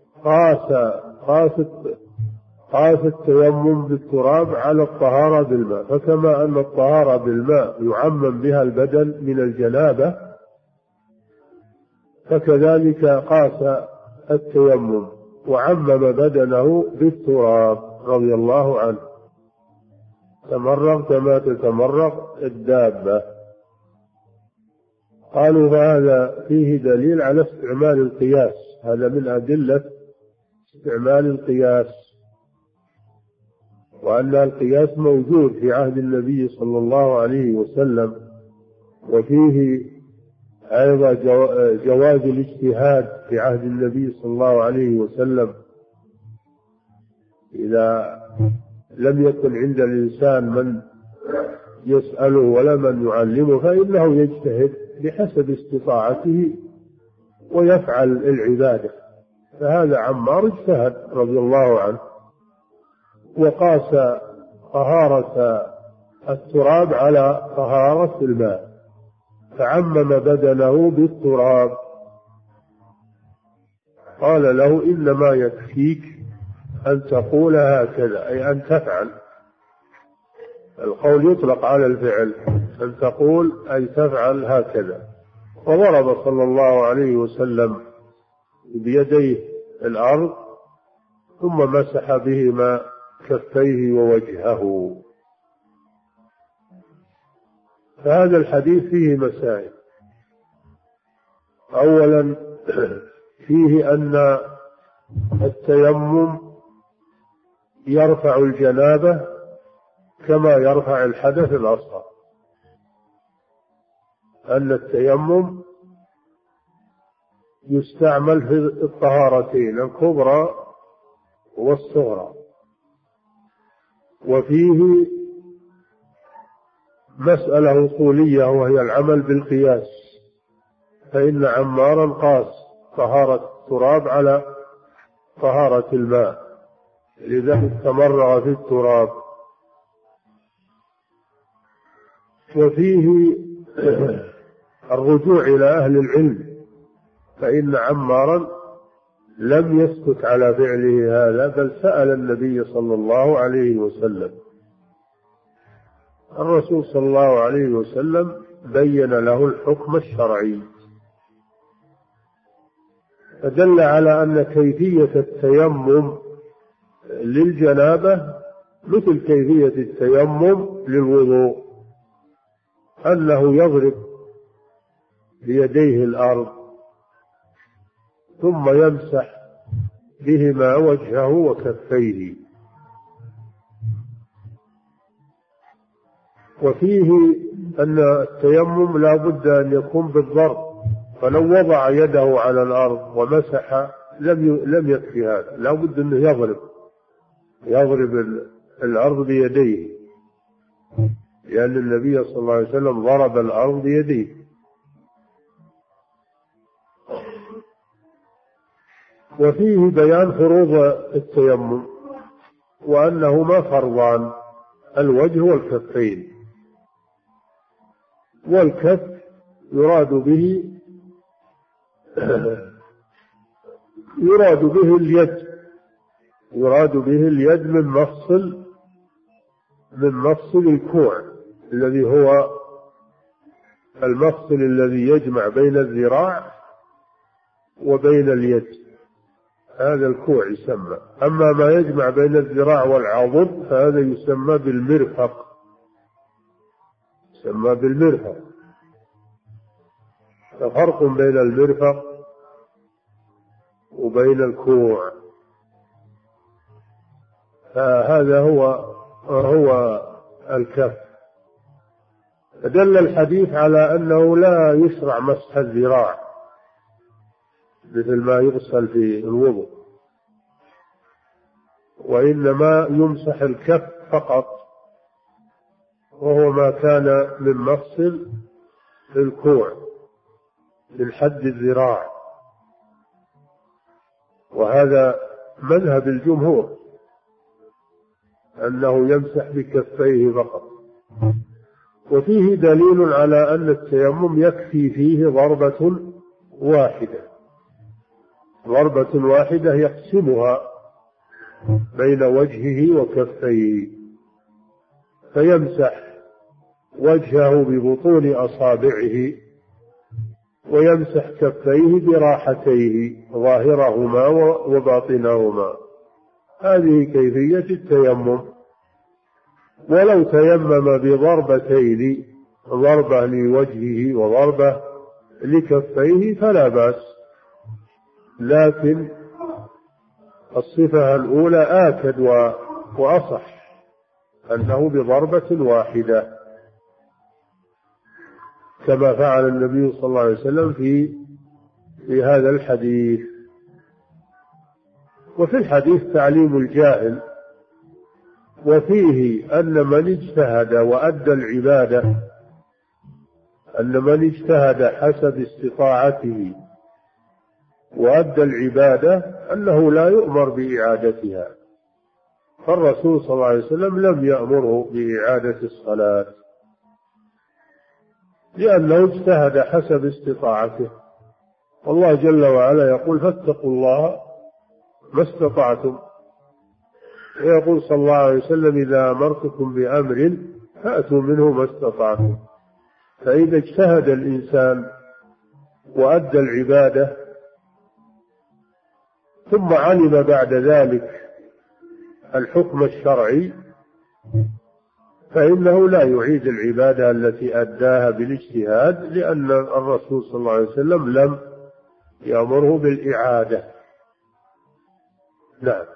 قاس التيمم بالتراب على الطهارة بالماء، فكما أن الطهارة بالماء يعمم بها البدن من الجنابة، فكذلك قاس التيمم وعمم بدنه بالتراب رضي الله عنه. تمرغ كما تتمرغ الدابة. قالوا: فهذا فيه دليل على استعمال القياس، هذا من أدلة استعمال القياس، وأن القياس موجود في عهد النبي صلى الله عليه وسلم، وفيه أيضا جواز الاجتهاد في عهد النبي صلى الله عليه وسلم، إذا لم يكن عند الإنسان من يسأله ولا من يعلمه فإنه يجتهد بحسب استطاعته ويفعل العبادة. فهذا عمار اجتهد رضي الله عنه وقاس طهارة التراب على طهارة الماء، فعمم بدنه بالتراب. قال له إنما يكفيك أن تقول هكذا، أي أن تفعل. القول يطلق على الفعل، أن تقول أي تفعل هكذا. وضرب صلى الله عليه وسلم بيديه الأرض ثم مسح بهما كفيه ووجهه. فهذا الحديث فيه مسائل. أولا فيه أن التيمم يرفع الجنابة كما يرفع الحدث الأصغر، أن التيمم يستعمل في الطهارتين الكبرى والصغرى. وفيه مسألة أصولية وهي العمل بالقياس، فإن عمارا قاس طهارة التراب على طهارة الماء، لذلك تمرغ في التراب. وفيه الرجوع إلى أهل العلم، فإن عمارا لم يسكت على فعله هذا بل سأل النبي صلى الله عليه وسلم. الرسول صلى الله عليه وسلم بين له الحكم الشرعي، فدل على أن كيفية التيمم للجنابة مثل كيفية التيمم للوضوء، أنه يضرب بيديه الأرض ثم يمسح بهما وجهه وكفيه. وفيه أن التيمم لا بد أن يكون بالضرب، فلو وضع يده على الأرض ومسح لم يكفي هذا، لا بد أنه يضرب الأرض بيديه، لأن النبي صلى الله عليه وسلم ضرب الأرض بيديه. وفيه بيان فروض التيمم وأنهما فرضان، الوجه والكفين. والكف يراد به اليد، يراد به اليد من مفصل الكوع الذي هو المفصل الذي يجمع بين الذراع وبين اليد، هذا الكوع يسمى. أما ما يجمع بين الذراع والعضد فهذا يسمى بالمرفق، يسمى بالمرفق. ففرق بين المرفق وبين الكوع. فهذا هو الكف. دل الحديث على أنه لا يشرع مسح الذراع مثل ما يغسل في الوضوء، وإنما يمسح الكف فقط، وهو ما كان من مفصل الكوع من حد الذراع، وهذا مذهب الجمهور أنه يمسح بكفيه فقط. وفيه دليل على أن التيمم يكفي فيه ضربة واحدة يقسمها بين وجهه وكفيه، فيمسح وجهه ببطون أصابعه ويمسح كفيه براحتيه ظاهرهما وباطنهما. هذه كيفية التيمم. ولو تيمم بضربتين، ضربة لوجهه وضربة لكفيه فلا بأس، لكن الصفة الأولى آكد وأصح، أنه بضربة واحدة كما فعل النبي صلى الله عليه وسلم في هذا الحديث. وفي الحديث تعليم الجاهل وفيه أن من اجتهد وأدى العبادة، أن من اجتهد حسب استطاعته وأدى العبادة أنه لا يؤمر بإعادتها، فالرسول صلى الله عليه وسلم لم يأمره بإعادة الصلاة لأنه اجتهد حسب استطاعته. والله جل وعلا يقول فاتقوا الله ما استطعتم، ويقول صلى الله عليه وسلم إذا أمرتكم بأمر فأتوا منه ما استطعتم. فإذا اجتهد الإنسان وأدى العبادة ثم علم بعد ذلك الحكم الشرعي فإنه لا يعيد العبادة التي أداها بالاجتهاد، لأن الرسول صلى الله عليه وسلم لم يأمره بالإعادة. نعم.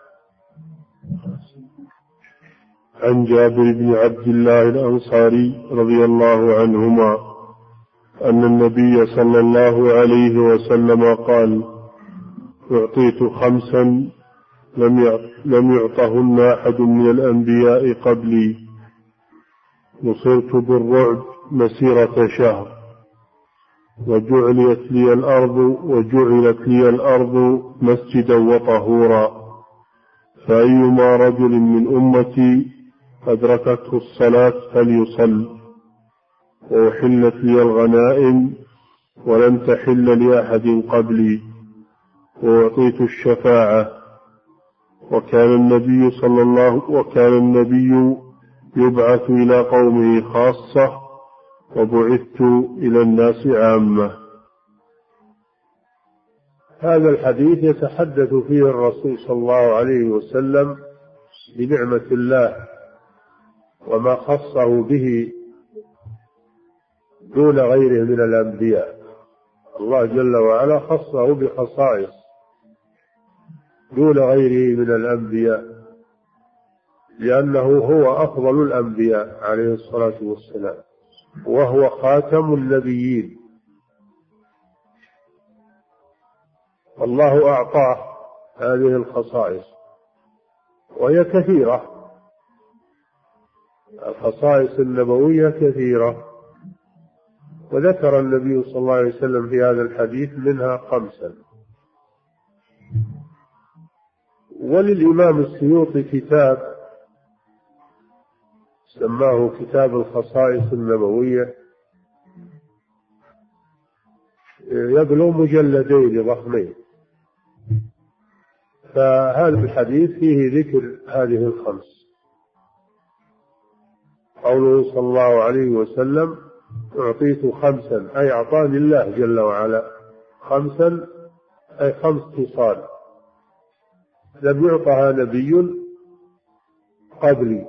عن جابر بن عبد الله الأنصاري رضي الله عنهما أن النبي صلى الله عليه وسلم قال: أعطيت 5 لم يعطهن أحد من الأنبياء قبلي: نصرت بالرعب مسيرة شهر، وجعلت لي الأرض مسجدا وطهورا، فأيما رجل من أمتي أدركته الصلاة فليصل، وأحلت لي الغنائم ولم تحل لأحد قبلي، وأعطيت الشفاعة، وكان النبي يبعث إلى قومه خاصة، وبعثت إلى الناس عامة. هذا الحديث يتحدث فيه الرسول صلى الله عليه وسلم بنعمة الله وما خصه به دون غيره من الأنبياء. الله جل وعلا خصه بخصائص دون غيره من الأنبياء، لأنه هو أفضل الأنبياء عليه الصلاة والسلام، وهو خاتم النبيين. الله أعطاه هذه الخصائص وهي كثيرة، الخصائص النبوية كثيرة، وذكر النبي صلى الله عليه وسلم في هذا الحديث منها 5. وللإمام السيوطي كتاب سماه كتاب الخصائص النبوية، يبلغ مجلدين ضخمين، فهذا الحديث فيه ذكر هذه 5. قوله صلى الله عليه وسلم: أعطيت 5، أي أعطاني الله جل وعلا 5، أي 5 خصال لم يعطها نبي قبلي.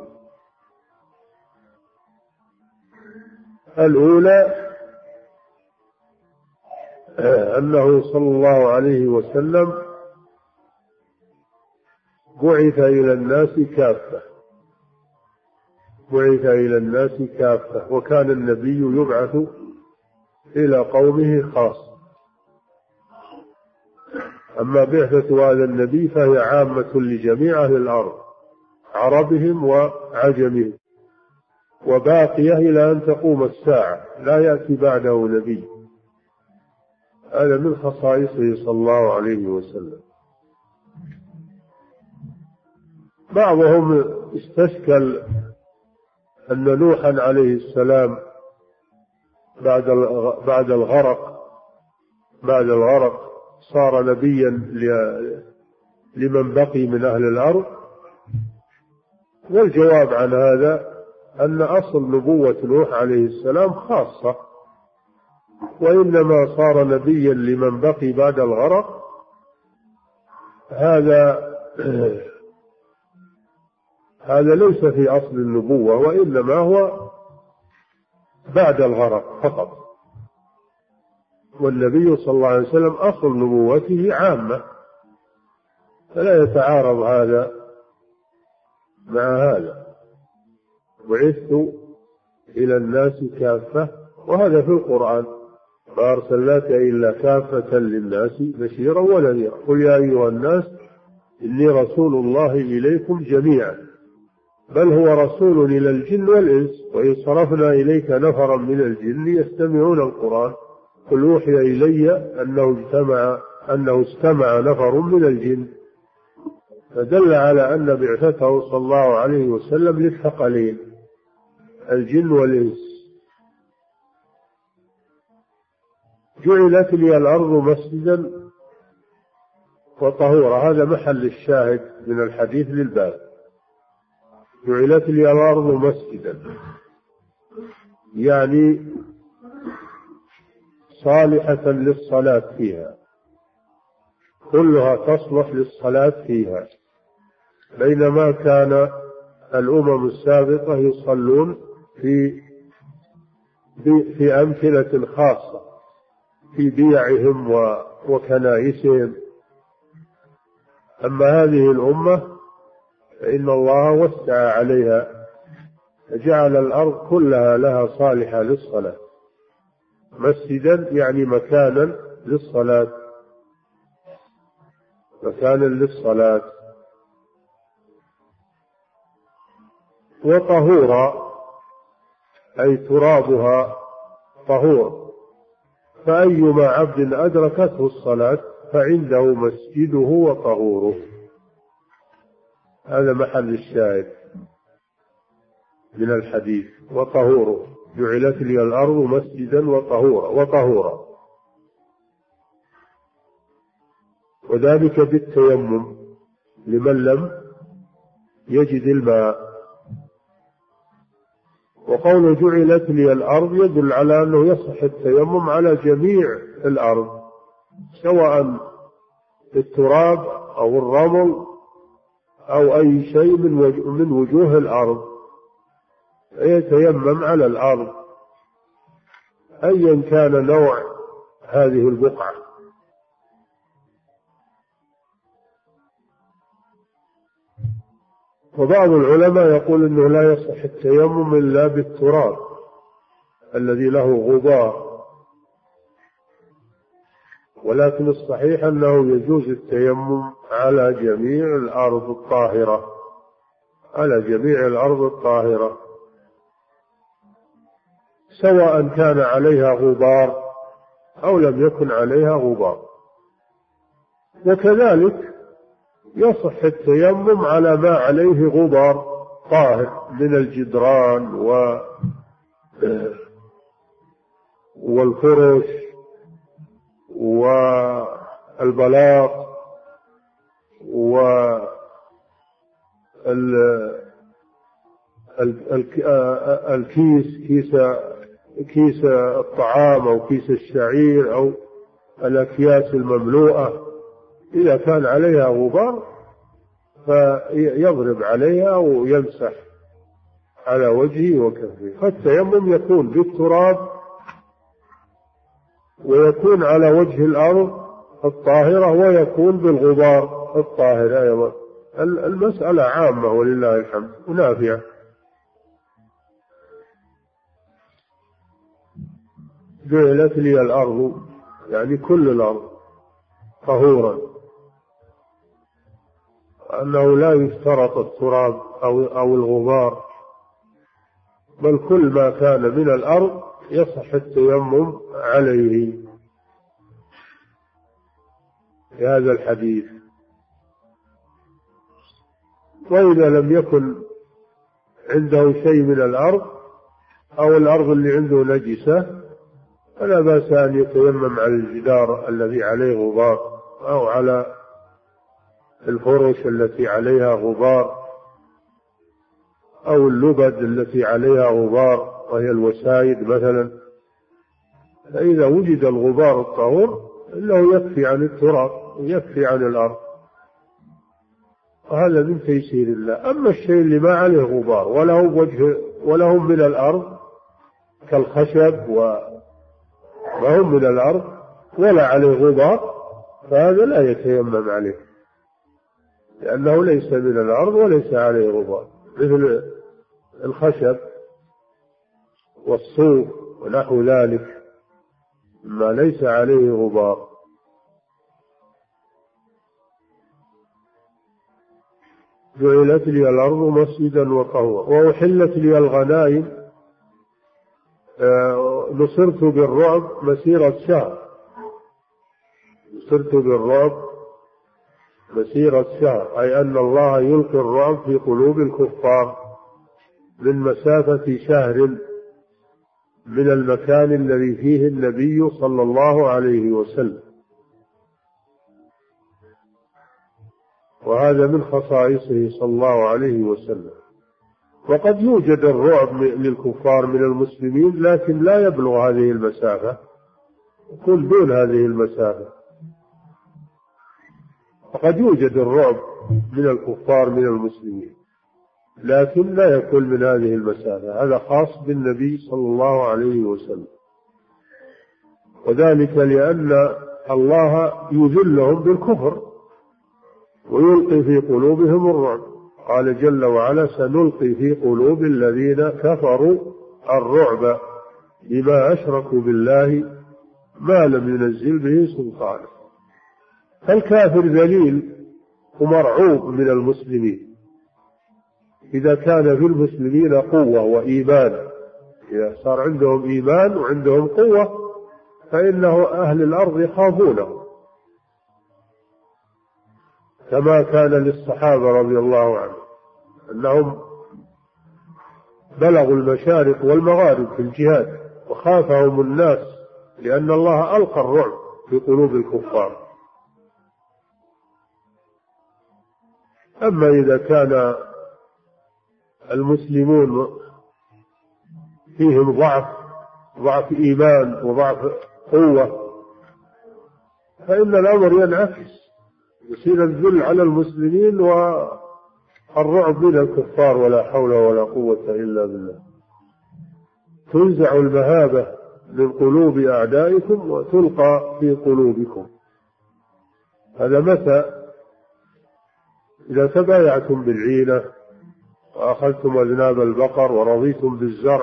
الأولى أنه صلى الله عليه وسلم بعث إلى الناس كافة، وكان النبي يبعث إلى قومه خاصة. أما بعثة هذا النبي فهي عامة لجميع أهل الأرض، عربهم وعجمهم، وباقية إلى أن تقوم الساعة، لا يأتي بعده نبي. هذا من خصائصه صلى الله عليه وسلم. بعضهم استشكل أن نوحا عليه السلام بعد الغرق صار نبيا لمن بقي من أهل الأرض، والجواب عن هذا أن أصل نبوة نوح عليه السلام خاصة، وإنما صار نبيا لمن بقي بعد الغرق. هذا ليس في أصل النبوة، وإنما هو بعد الغرق فقط، والنبي صلى الله عليه وسلم أصل نبوته عامة، فلا يتعارض هذا مع هذا. بعثت إلى الناس كافة، وهذا في القرآن: ما أرسلناك إلا كافة للناس بشيرا ونذيرا، قل يا أيها الناس إني رسول الله إليكم جميعا بل هو رسول إلى الجن والإنس. وإن صرفنا إليك نفرا من الجن يستمعون القرآن قل أوحي إلي أنه استمع نفر من الجن. فدل على أن بعثته صلى الله عليه وسلم للثقلين الجن والإنس. جعلت لي الأرض مسجدا وطهورا، هذا محل الشاهد من الحديث للباب. جعلت لي الأرض مسجدا يعني صالحة للصلاة فيها، كلها تصلح للصلاة فيها، بينما كان الأمم السابقة يصلون في أمكنة خاصة في بيعهم وكنائسهم. أما هذه الأمة فإن الله وسع عليها فجعل الأرض كلها لها صالحة للصلاة، مسجدا يعني مكانا للصلاة، مكانا للصلاة. وطهورا أي ترابها طهور، فأيما عبد أدركته الصلاة فعنده مسجده وطهوره. هذا محل الشاهد من الحديث، وطهوره. جعلت لي الأرض مسجدا وطهورا، وذلك بالتيمم لمن لم يجد الماء. وقول جعلت لي الأرض يدل على أنه يصح التيمم على جميع الأرض، سواء التراب أو الرمل أو أي شيء من وجوه الأرض، يتيمم على الأرض أيا كان نوع هذه البقعة. وبعض العلماء يقول إنه لا يصح التيمم إلا بالتراب الذي له غبار، ولكن الصحيح أنه يجوز التيمم على جميع الأرض الطاهرة، على جميع الأرض الطاهرة، سواء كان عليها غبار أو لم يكن عليها غبار. وكذلك يصح التيمم على ما عليه غبار طاهر من الجدران والفرش والبلاط كيس الطعام أو كيس الشعير أو الأكياس المملوءة، إذا كان عليها غبار فيضرب عليها ويمسح على وجهه وكفه. فالتيمم يكون بالتراب ويكون على وجه الأرض الطاهرة ويكون بالغبار الطاهر أيضا. المسألة عامة ولله الحمد ونافعة. جعلت لي الأرض يعني كل الأرض طهورا، أنه لا يشترط التراب أو الغبار، بل كل ما كان من الأرض يصح التيمم عليه في هذا الحديث. وإذا لم يكن عنده شيء من الأرض أو الأرض اللي عنده نجسة فلا بأس أن يتيمم على الجدار الذي عليه غبار أو على الفرش التي عليها غبار أو اللبد التي عليها غبار وهي الوسائد مثلا. فإذا وجد الغبار الطهور إنه يكفي عن التراب ويكفي عن الأرض، وهذا من تيسير الله. أما الشيء اللي ما عليه غبار وله من الأرض كالخشب وهو من الأرض ولا عليه غبار فهذا لا يتيمم عليه، لأنه ليس من الأرض وليس عليه غبار، مثل الخشب والصوف ونحو ذلك ما ليس عليه جعلت لي الأرض مسجدا وطهورا وأحلت لي الغنائم، نصرت بالرعب مسيرة شهر، نصرت بالرعب مسيرة شهر، أي أن الله يلقي الرعب في قلوب الكفار من مسافة شهر من المكان الذي فيه النبي صلى الله عليه وسلم. وهذا من خصائصه صلى الله عليه وسلم. وقد يوجد الرعب للكفار من المسلمين لكن لا يبلغ هذه المسافة، يكون دون هذه المسافة. وقد يوجد الرعب من الكفار من المسلمين لكن لا يكون من هذه المسافة، هذا خاص بالنبي صلى الله عليه وسلم. وذلك لأن الله يذلهم بالكفر ويلقي في قلوبهم الرعب. قال جل وعلا: سنلقي في قلوب الذين كفروا الرعب بما أشركوا بالله ما لم ينزل به سلطانا. فالكافر ذليل ومرعوب من المسلمين إذا كان في المسلمين قوة وإيمان، إذا صار عندهم إيمان وعندهم قوة فإنه أهل الأرض يخافونه، كما كان للصحابة رضي الله عنهم أنهم بلغوا المشارق والمغارب في الجهاد وخافهم الناس لأن الله ألقى الرعب في قلوب الكفار. أما إذا كان المسلمون فيهم ضعف إيمان وضعف قوة فإن الأمر ينعكس، يصير الذل على المسلمين والرعب من الكفار، ولا حول ولا قوة إلا بالله. تنزع المهابة من قلوب أعدائكم وتلقى في قلوبكم. هذا متى؟ إذا تبايعتم بالعينة وأخذتم أذناب البقر ورضيتم بالزرع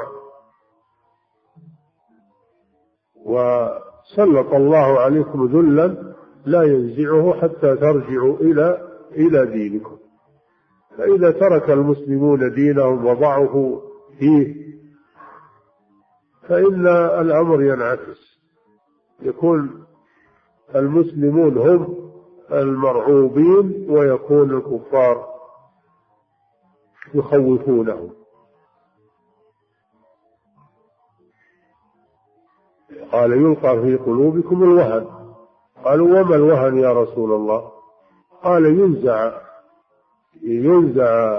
وسلط الله عليكم ذلا لا ينزعه حتى ترجعوا إلى دينكم. فإذا ترك المسلمون دينهم وضعفوا فيه فإن الأمر ينعكس، يكون المسلمون هم المرعوبين ويكون الكفار يخوفونهم. قال: يلقى في قلوبكم الوهن. قالوا: وما الوهن يا رسول الله؟ قال: ينزع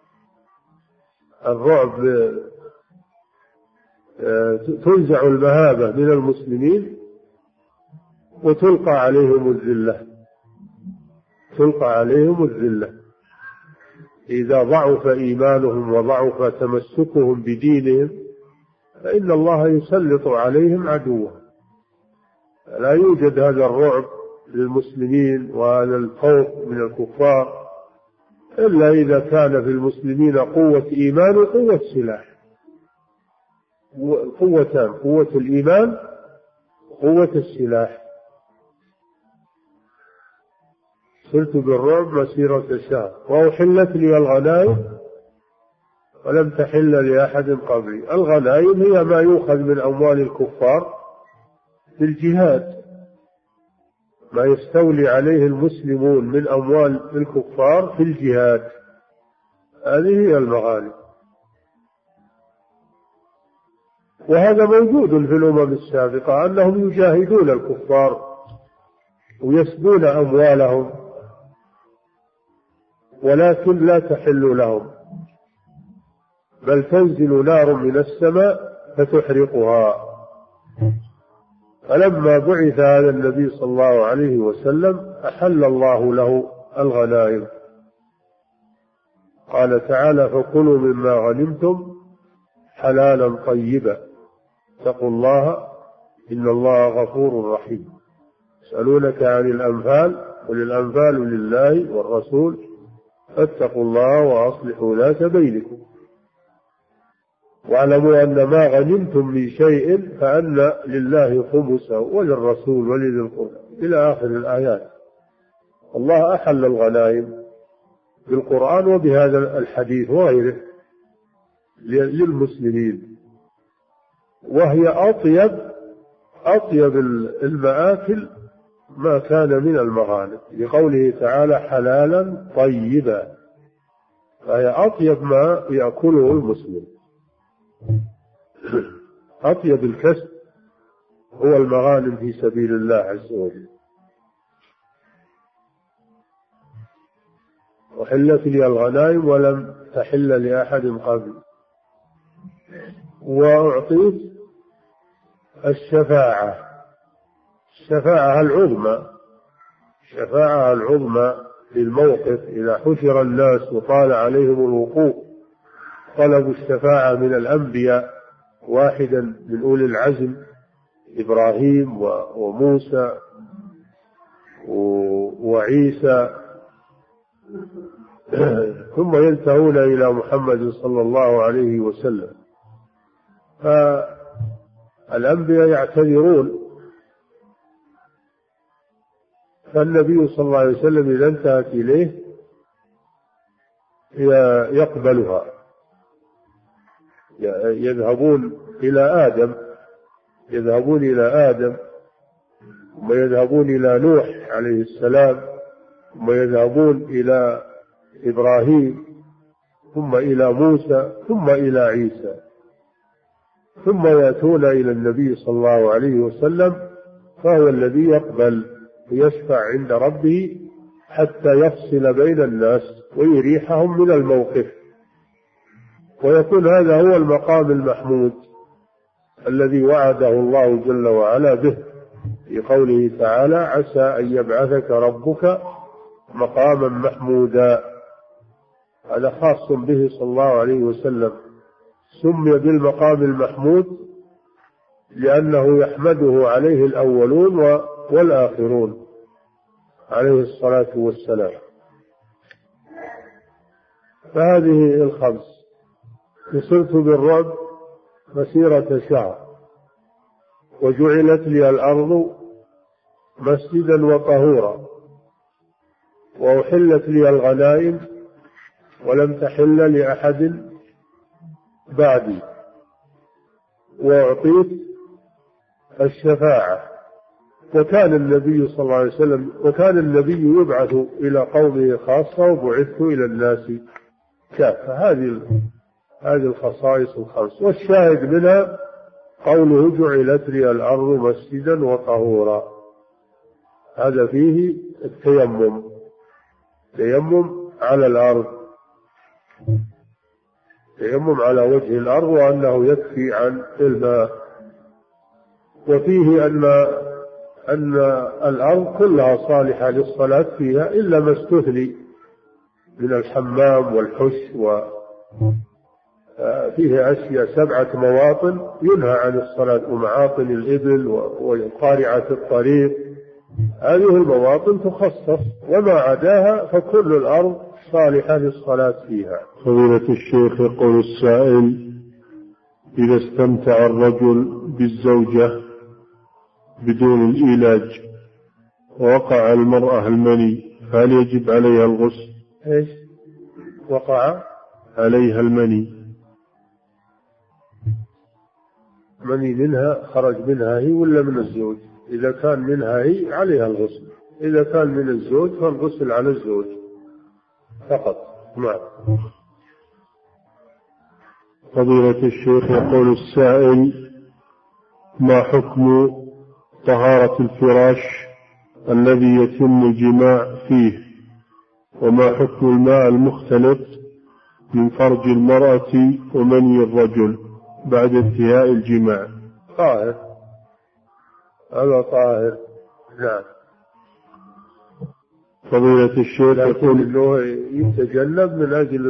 الرعب، تنزع المهابة من المسلمين وتلقى عليهم الذلة، تلقى عليهم الذلة. إذا ضعف إيمانهم وضعف تمسكهم بدينهم فإن الله يسلط عليهم عدوه. لا يوجد هذا الرعب للمسلمين وهذا الخوف من الكفار إلا إذا كان في المسلمين قوة إيمان وقوة سلاح، قوتان: قوة الإيمان وقوة السلاح. صرت بالرعب مسيرة شهر وأحلت لي الغنائم ولم تحل لأحد قبلي. الغنائم هي ما يؤخذ من أموال الكفار في الجهاد، ما يستولي عليه المسلمون من أموال الكفار في الجهاد، هذه هي المغانم. وهذا موجود في الأمم السابقة أنهم يجاهدون الكفار ويسبون أموالهم ولكن لا تحل لهم، بل تنزل نار من السماء فتحرقها. فلما بعث هذا النبي صلى الله عليه وسلم أحل الله له الغنائم. قال تعالى: فكلوا مما غنمتم حلالا طيبا اتقوا الله إن الله غفور رحيم. يسألونك عن الأنفال قل الأنفال لله والرسول فاتقوا الله وأصلحوا ذات بينكم واعلموا أن ما غنمتم من شيء فأن لله خمسه وللرسول ولذي القربى إلى آخر الآيات. الله أحل الغنائم بالقرآن وبهذا الحديث وغيره للمسلمين، وهي أطيب المآكل ما كان من المغانم، لقوله تعالى حلالا طيبا، فهي أطيب ما يأكله المسلم. أطيب الكسب هو المغانم في سبيل الله عز وجل. وحلت لي الغنائم ولم تحل لأحد قبل. وأعطيت الشفاعة العظمى في الموقف إذا حشر الناس وطال عليهم الوقوف، طلبوا الشفاعة من الأنبياء، واحدا من أولي العزم إبراهيم وموسى وعيسى، ثم ينتهون إلى محمد صلى الله عليه وسلم. فالأنبياء يعتذرون، فالنبي صلى الله عليه وسلم إذا انتهت إليه يقبلها. يذهبون إلى آدم ثم يذهبون إلى نوح عليه السلام، ثم يذهبون إلى إبراهيم، ثم إلى موسى، ثم إلى عيسى، ثم يأتون إلى النبي صلى الله عليه وسلم، فهو الذي يقبل ويشفع عند ربه حتى يفصل بين الناس ويريحهم من الموقف، ويكون هذا هو المقام المحمود الذي وعده الله جل وعلا به في قوله تعالى عسى أن يبعثك ربك مقاما محمودا. هذا خاص به صلى الله عليه وسلم، سمي بالمقام المحمود لأنه يحمده عليه الأولون والآخرون عليه الصلاة والسلام. فهذه الخمس: نصرت بالرعب مسيرة شهر، وجعلت لي الأرض مسجدا وطهورا، وأحلت لي الغنائم ولم تحل لأحد بعدي، وأعطيت الشفاعة. وكان النبي صلى الله عليه وسلم يبعث إلى قومه خاصة، وبعثت إلى الناس كافة. هذه الخصائص الخمس. والشاهد منها قوله جعلت لي الأرض مسجدا وطهورا، هذا فيه التيمم على الأرض، تيمم على وجه الأرض، وأنه يكفي عن الماء. وفيه أن الأرض كلها صالحة للصلاة فيها إلا ما استثني من الحمام والحش، وفيه أشياء 7 مواطن ينهى عن الصلاة، ومعاطن الإبل وقارعة الطريق، هذه المواطن تخصص، وما عداها فكل الأرض صالحة للصلاة فيها. فضيلة الشيخ يقول السائل: إذا استمتع الرجل بالزوجة بدون الإيلاج ووقع المرأة المني، فهل يجب عليها الغسل؟ إيش وقع عليها المني؟ مني منها، خرج منها هي ولا من الزوج؟ إذا كان منها هي عليها الغسل، إذا كان من الزوج فالغسل على الزوج فقط. نعم. فضيلة الشيخ يقول السائل: ما حكم طهارة الفراش الذي يتم الجماع فيه، وما حكم الماء المختلط من فرج المرأة ومني الرجل بعد انتهاء الجماع؟ طاهر، هذا طاهر. نعم. فضيلة الشيخ يقول إنه يتجنب من أجل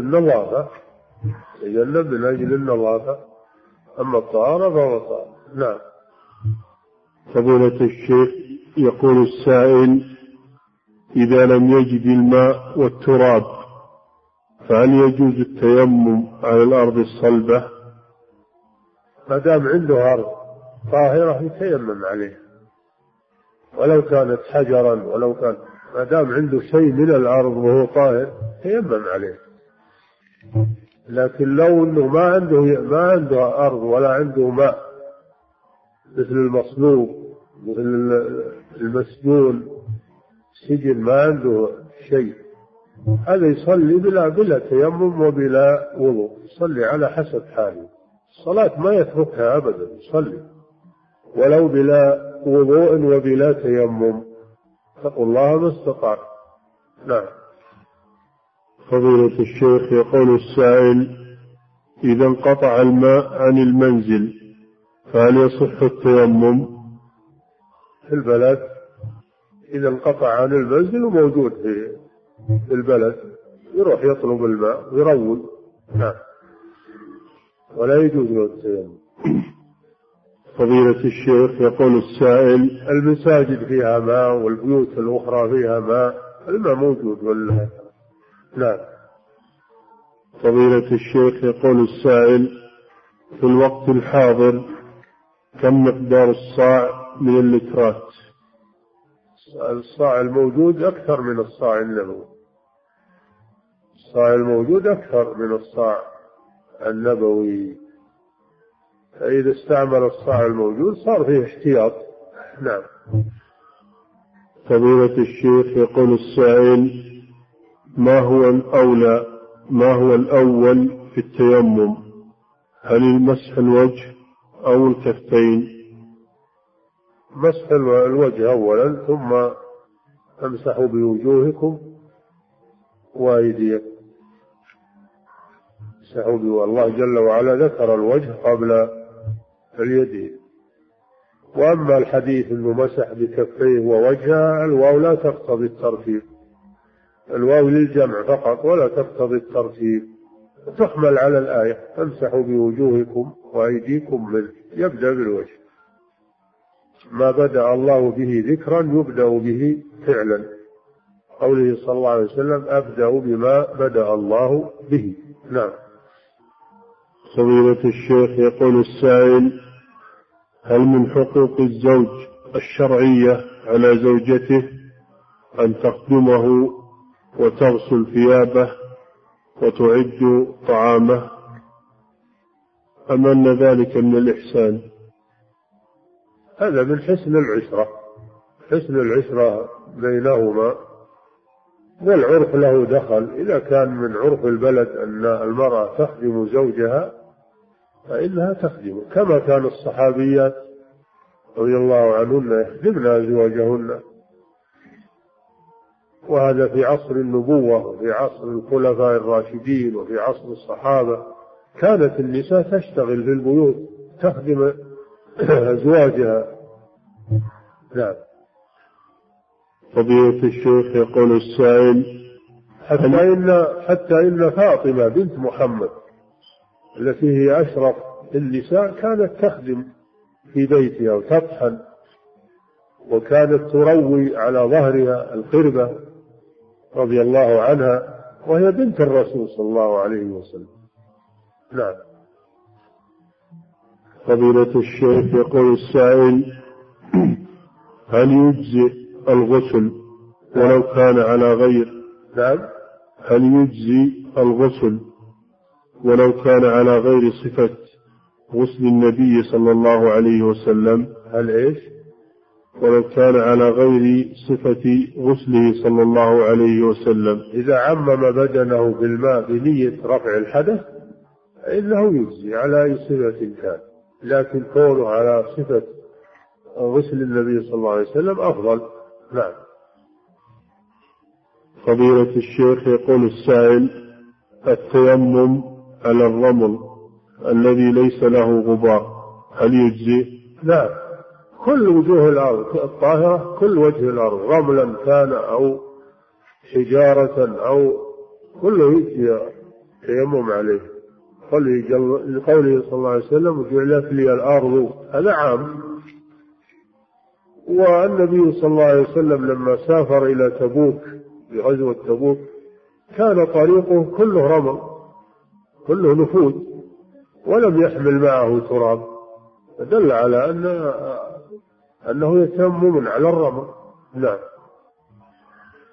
النظافة، أما الطهارة فهو طاهر. نعم. فضيلة الشيخ يقول السائل: إذا لم يجد الماء والتراب فهل يجوز التيمم على الأرض الصلبة؟ ما دام عنده أرض طاهرة يتيمم عليها، ولو كانت حجرا، ولو كان ما دام عنده شيء من الأرض وهو طاهر تيمم عليه. لكن لو أنه ما عنده أرض ولا عنده ماء، مثل المصلوب، مثل المسجون، سجن، ما عنده شيء، هذا يصلي بلا تيمم وبلا وضوء، يصلي على حسب حاله. الصلاة ما يتركها أبدا، يصلي ولو بلا وضوء وبلا تيمم. اتقوا الله ما استطعت. نعم. فضيلة الشيخ، يقول السائل: إذا انقطع الماء عن المنزل فهل يصح التيمم؟ في البلد إذا انقطع عن المنزل وموجود في البلد يروح يطلب الماء ويروي. نعم. ولا يجوز له التيمم. فضيلة الشيخ، يقول السائل: المساجد فيها ماء والبيوت الأخرى فيها ماء، الماء موجود ولا؟ نعم. فضيلة الشيخ، يقول السائل: في الوقت الحاضر كم مقدار الصاع من اللترات؟ الصاع الموجود أكثر من الصاع النبوي. الصاع الموجود أكثر من الصاع النبوي، فإذا استعمل الصاع الموجود صار فيه احتياط. نعم. فضيلة الشيخ، يقول السائل: ما هو الأول في التيمم؟ هل المسح الوجه أو الكفين؟ مسح الوجه أولا، ثم امسحوا بوجوهكم وأيديكم. الله جل وعلا ذكر الوجه قبل اليدين. وأما الحديث أنه مسح بكفيه ووجهه، الواو لا تقتضي الترتيب، الواو للجمع فقط ولا تقتضي الترتيب، تحمل على الآية: امسحوا بوجوهكم وأيديكم منه. يبدأ بالوجه، ما بدأ الله به ذكرا يبدأ به فعلا. قوله صلى الله عليه وسلم: أبدأ بما بدأ الله به. نعم. فضيلة الشيخ، يقول السائل: هل من حقوق الزوج الشرعية على زوجته أن تخدمه وتغسل ثيابه وتعد طعامه، أم أن ذلك من الإحسان؟ هذا من حسن العشرة بينهما، والعرف له دخل. إذا كان من عرف البلد أن المرأة تخدم زوجها فإنها تخدمه، كما كان الصحابيات رضي الله عنهن يخدمن أزواجهن. وهذا في عصر النبوة وفي عصر الخلفاء الراشدين وفي عصر الصحابة، كانت النساء تشتغل في البيوت تخدم أزواجها. نعم. فضيلة الشيخ، يقول السائل: حتى إن فاطمة بنت محمد التي هي أشرف النساء كانت تخدم في بيتها وتطحن، وكانت تروي على ظهرها القربة رضي الله عنها، وهي بنت الرسول صلى الله عليه وسلم. نعم. فضيلة الشيخ، يقول السائل: هل يجزي الغسل ولو كان على غير؟ نعم. هل يجزي الغسل ولو كان على غير صفة غسل النبي صلى الله عليه وسلم؟ هل إيش؟ ولو كان على غير صفة غسله صلى الله عليه وسلم. إذا عمم بدنه بالماء بنية رفع الحدث فإنه يجزي على أي صفة كان، لكن كونه على صفة غسل النبي صلى الله عليه وسلم أفضل. نعم. فضيلة الشيخ، يقول السائل: التيمم على الرمل الذي ليس له غبار هل يجزي؟ نعم. كل وجوه الأرض الطاهرة، كل وجه الأرض، رملا كان أو حجارة أو كله يجزي تيمم عليه. لقوله صلى الله عليه وسلم: جعلت لي الأرض، هذا عام. والنبي صلى الله عليه وسلم لما سافر إلى تبوك بغزوة تبوك كان طريقه كله رمل، كله نفوذ، ولم يحمل معه تراب، فدل على أنه يتيمم على الرمل. نعم.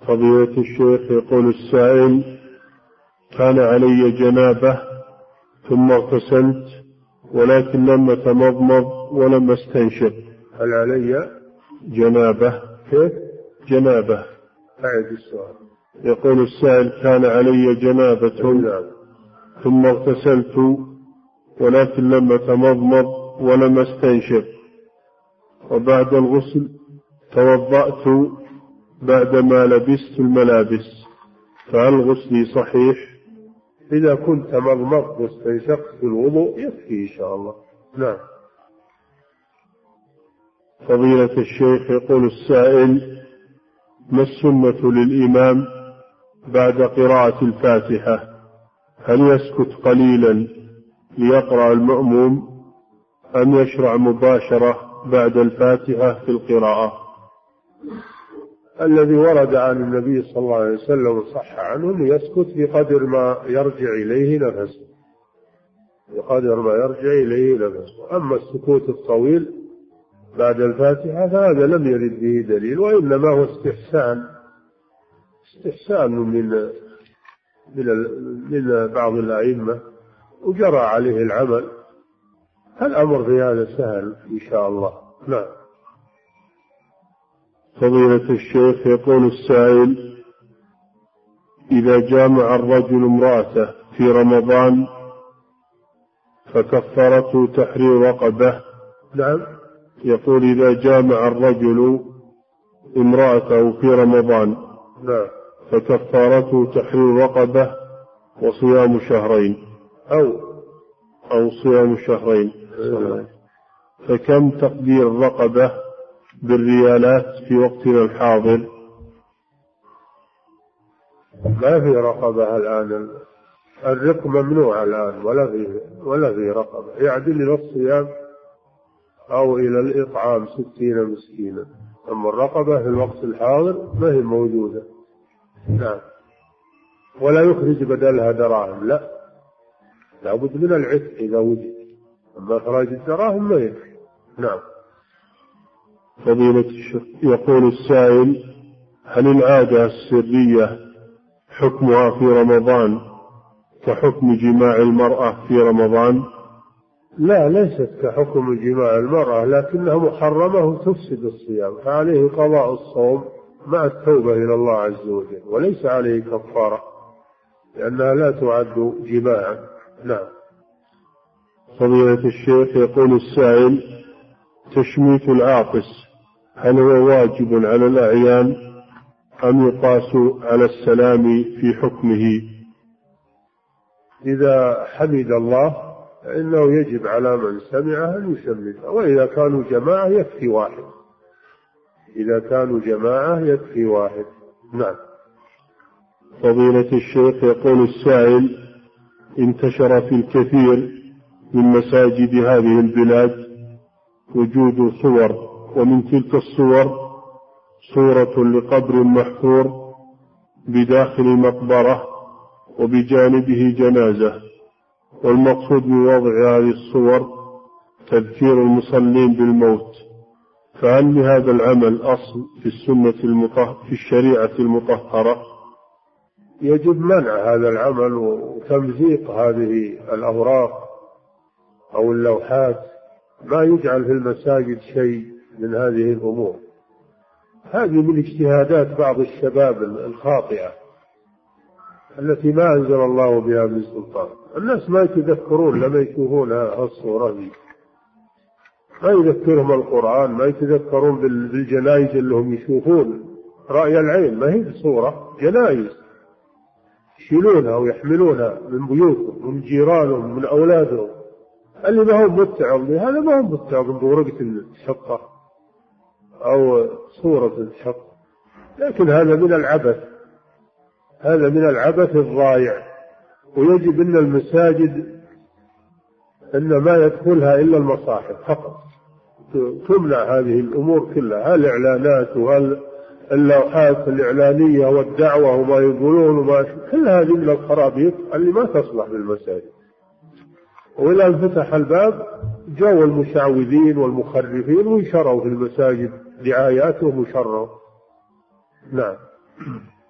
فضيلة الشيخ يقول السائل: كان علي جنابة ثم اغتسلت ولكن لم أتمضمض ولم أستنشق. هل علي جنابة؟ كيف؟ جنابة. أعد السؤال. يقول السائل: كان علي جنابة ثم اغتسلت ولكن لم أتمضمض ولم أستنشق، وبعد الغسل توضأت بعدما لبست الملابس، فهل غسلي صحيح؟ إذا كنت مضمضت واستنشقت في الوضوء يكفي إن شاء الله. نعم. فضيلة الشيخ يقول السائل: ما السنة للإمام بعد قراءة الفاتحة؟ هل يسكت قليلا ليقرأ المأموم أم يشرع مباشرة بعد الفاتحة في القراءة؟ الذي ورد عن النبي صلى الله عليه وسلم وصح عنه يسكت بقدر ما يرجع إليه نفسه، بقدر ما يرجع إليه نفسه. أما السكوت الطويل بعد الفاتحة فهذا لم يرد به دليل، وإنما هو استحسان من بعض الأئمة وجرى عليه العمل. الأمر في هذا سهل إن شاء الله. نعم. فضيلة الشيخ يقول السائل: إذا جامع الرجل امرأته في رمضان فكفرته تحرير رقبة. نعم. يقول: إذا جامع الرجل امرأته في رمضان نعم فكفارته تحرير رقبة وصيام شهرين أو صيام شهرين. فكم تقدير الرقبة بالريالات في وقتنا الحاضر؟ ما في رقبة الآن، الرق ممنوع الآن، ولا في رقبة يعدل إلى الصيام أو إلى الإطعام 60 مسكينا. أما الرقبة في الوقت الحاضر ما هي موجودة. نعم. ولا يخرج بدلها دراهم، لا بد من العتق إذا وجد، أما إخراج الدراهم ما يكفي. نعم. فضيلة الشيخ يقول السائل: هل العادة السرية حكمها في رمضان كحكم جماع المرأة في رمضان؟ لا، ليست كحكم جماع المرأة، لكنها محرمة وتفسد الصيام، فعليه قضاء الصوم مع التوبة إلى الله عز وجل، وليس عليه كفارة لأنها لا تعد جماعا. نعم. فضيلة الشيخ يقول السائل: تشميت العاطس هل هو واجب على الأعيان أم يقاس على السلام في حكمه؟ إذا حمد الله فإنه يجب على من سمعه أن يشمت، وإذا كانوا جماعة يكفي واحد. إذا كانوا جماعة يكفي واحد. نعم. فضيلة الشيخ يقول السائل: انتشر في الكثير من مساجد هذه البلاد وجود صور، ومن تلك الصور صورة لقبر محفور بداخل مقبرة وبجانبه جنازة، والمقصود من وضع هذه الصور تذكير المصلين بالموت، فهل لهذا العمل أصل في السنة في الشريعة المطهرة؟ يجب منع هذا العمل وتمزيق هذه الأوراق أو اللوحات، ما يجعل في المساجد شيء من هذه الأمور. هذه من اجتهادات بعض الشباب الخاطئة التي ما أنزل الله بها من سلطان. الناس ما يتذكرون لما يشوفون الصورة دي، ما يذكرهم القرآن، ما يتذكرون بالجنائز اللي هم يشوفون رأي العين، ما هي صورة، جنائز يشيلونها ويحملونها من بيوتهم ومن جيرانهم ومن أولادهم. اللي ما هو متعظ بهذا ما هو متعظ بورقة الشقة أو صورة الشقة، لكن هذا من العبث، هذا من العبث الضائع. ويجب أن المساجد أن ما يدخلها إلا المصاحف فقط، تمنع هذه الأمور كلها، الإعلانات واللوحات الإعلانية والدعوة وما يقولون كل هذه من الخرابيط اللي ما تصلح بالمساجد. وإذا انفتح الباب جو المشعوذين والمخرفين ويشروا في المساجد دعايات ومشروا. نعم.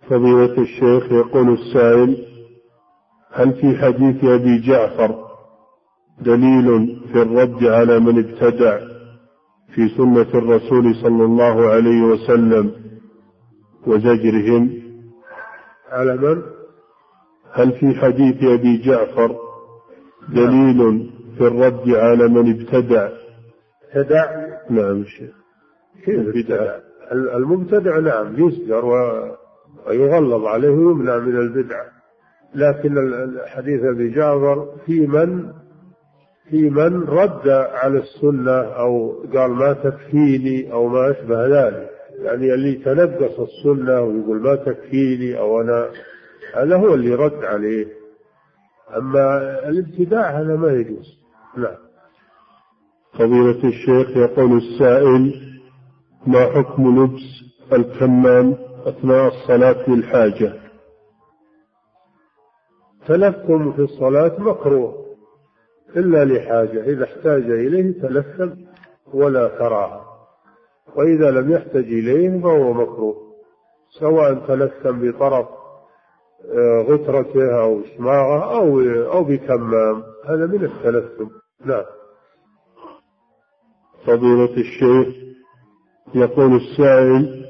فضيلة الشيخ، يقول السائل: هل في حديث أبي جعفر دليل في الرد على من ابتدع في سنة الرسول صلى الله عليه وسلم وزجرهم؟ على من؟ هل في حديث أبي جعفر دليل في الرد على من ابتدع؟ ابتدع؟ نعم الشيخ. البدع المبتدع نعم يزجر ويغلظ عليه ويمنع من البدع، لكن حديث أبي جعفر في من رد على السنة أو قال ما تكفيني أو ما أشبه ذلك، يعني اللي تنقص السنة ويقول ما تكفيني أو أنا، هذا هو اللي رد عليه. أما الابتداع هذا ما يجوز. نعم. فضيلة الشيخ، يقول السائل: ما حكم لبس الكمام أثناء الصلاة للحاجة؟ تلثم في الصلاة مكروه إلا لحاجة، إذا احتاج إليه تلثم ولا كراهة، وإذا لم يحتج إليه فهو مكروه، سواء تلثم بطرف غترته أو شماغه أو بكمام، هذا من التلثم. نعم. فضيلة الشيخ، يقول السائل: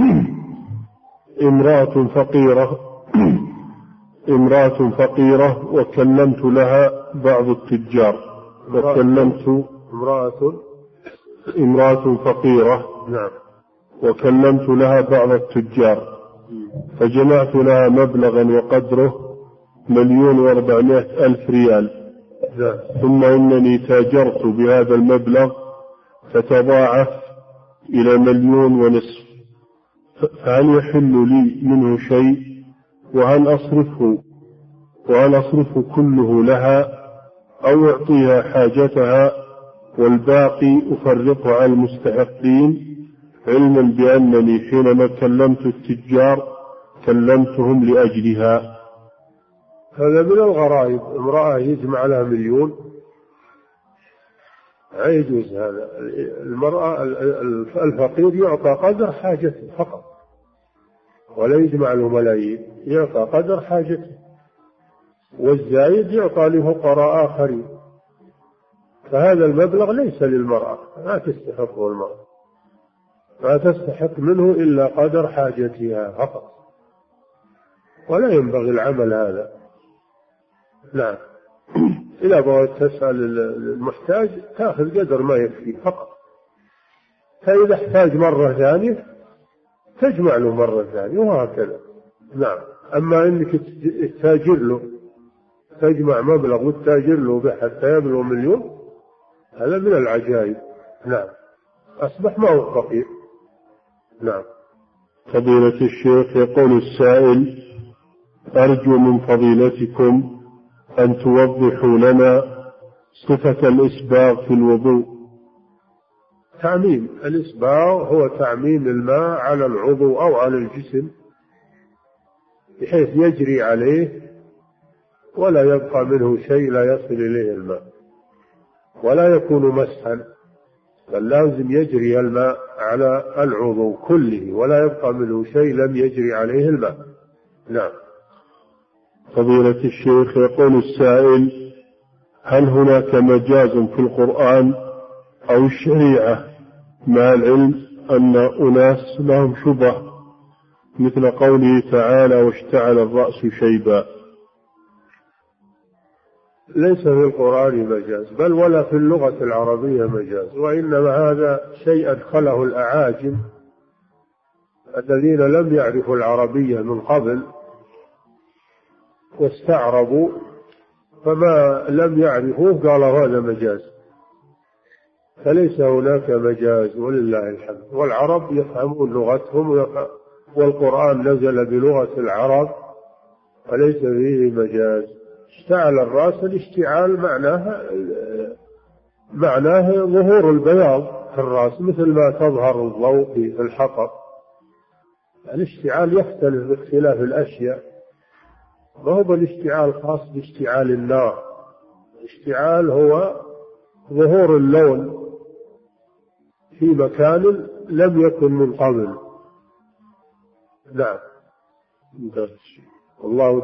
امرأة فقيرة وكلمت لها بعض التجار. امرأة فقيرة. نعم. وكلمت لها بعض التجار، فجمعت لها مبلغا وقدره 1,400,000 ريال. نعم. ثم إنني تاجرت بهذا المبلغ فتضاعف إلى 1,500,000، فهل يحل لي منه شيء؟ وهل أصرفه كله لها أو أعطيها حاجتها والباقي أفرقه على المستحقين، علما بأنني حينما كلمت التجار كلمتهم لأجلها؟ هذا من الغرائب، امرأة يجمع لها 1,000,000 لا يجوز هذا. المرأة الفقير يعطى قدر حاجته فقط، ولا يجمع له ملايين، يعطى قدر حاجته، والزايد يعطى لفقراء آخرين. فهذا المبلغ ليس للمرأة، ما تستحقه المرأة، ما تستحق منه إلا قدر حاجتها فقط، ولا ينبغي العمل هذا. نعم. إذا بغيت تسأل المحتاج تأخذ قدر ما يكفي فقط، فإذا احتاج مرة ثانية تجمع له مرة ثانية، وهكذا. نعم. أما أنك تتاجر له، تجمع مبلغ وتتاجر له حتى يبلغ 1,000,000، هذا من العجائب. نعم. أصبح ما هو فقير. نعم. فضيلة الشيخ، يقول السائل: أرجو من فضيلتكم أن توضحوا لنا صفة الإسباغ في الوضوء. تعميم الإسباغ هو تعميم الماء على العضو أو على الجسم بحيث يجري عليه ولا يبقى منه شيء لا يصل إليه الماء، ولا يكون مسحا، بل لازم يجري الماء على العضو كله ولا يبقى منه شيء لم يجري عليه الماء. نعم. فضيلة الشيخ، يقول السائل: هل هناك مجاز في القرآن أو الشريعة مع العلم أن أناس لهم شبه مثل قوله تعالى: واشتعل الرأس شيبا؟ ليس في القرآن مجاز، بل ولا في اللغة العربية مجاز، وإنما هذا شيء أدخله الأعاجم الذين لم يعرفوا العربية من قبل واستعربوا، فما لم يعرفوه قالوا هذا مجاز، فليس هناك مجاز ولله الحمد. والعرب يفهمون لغتهم، والقرآن نزل بلغة العرب فليس فيه مجاز. اشتعل الرأس، الاشتعال معناه ظهور البياض في الرأس مثل ما تظهر الضوء في الحطب. الاشتعال يختلف باختلاف الأشياء، ما هو بالاشتعال خاص باشتعال النار. الاشتعال هو ظهور اللون في مكان لم يكن من قبل. نعم. والله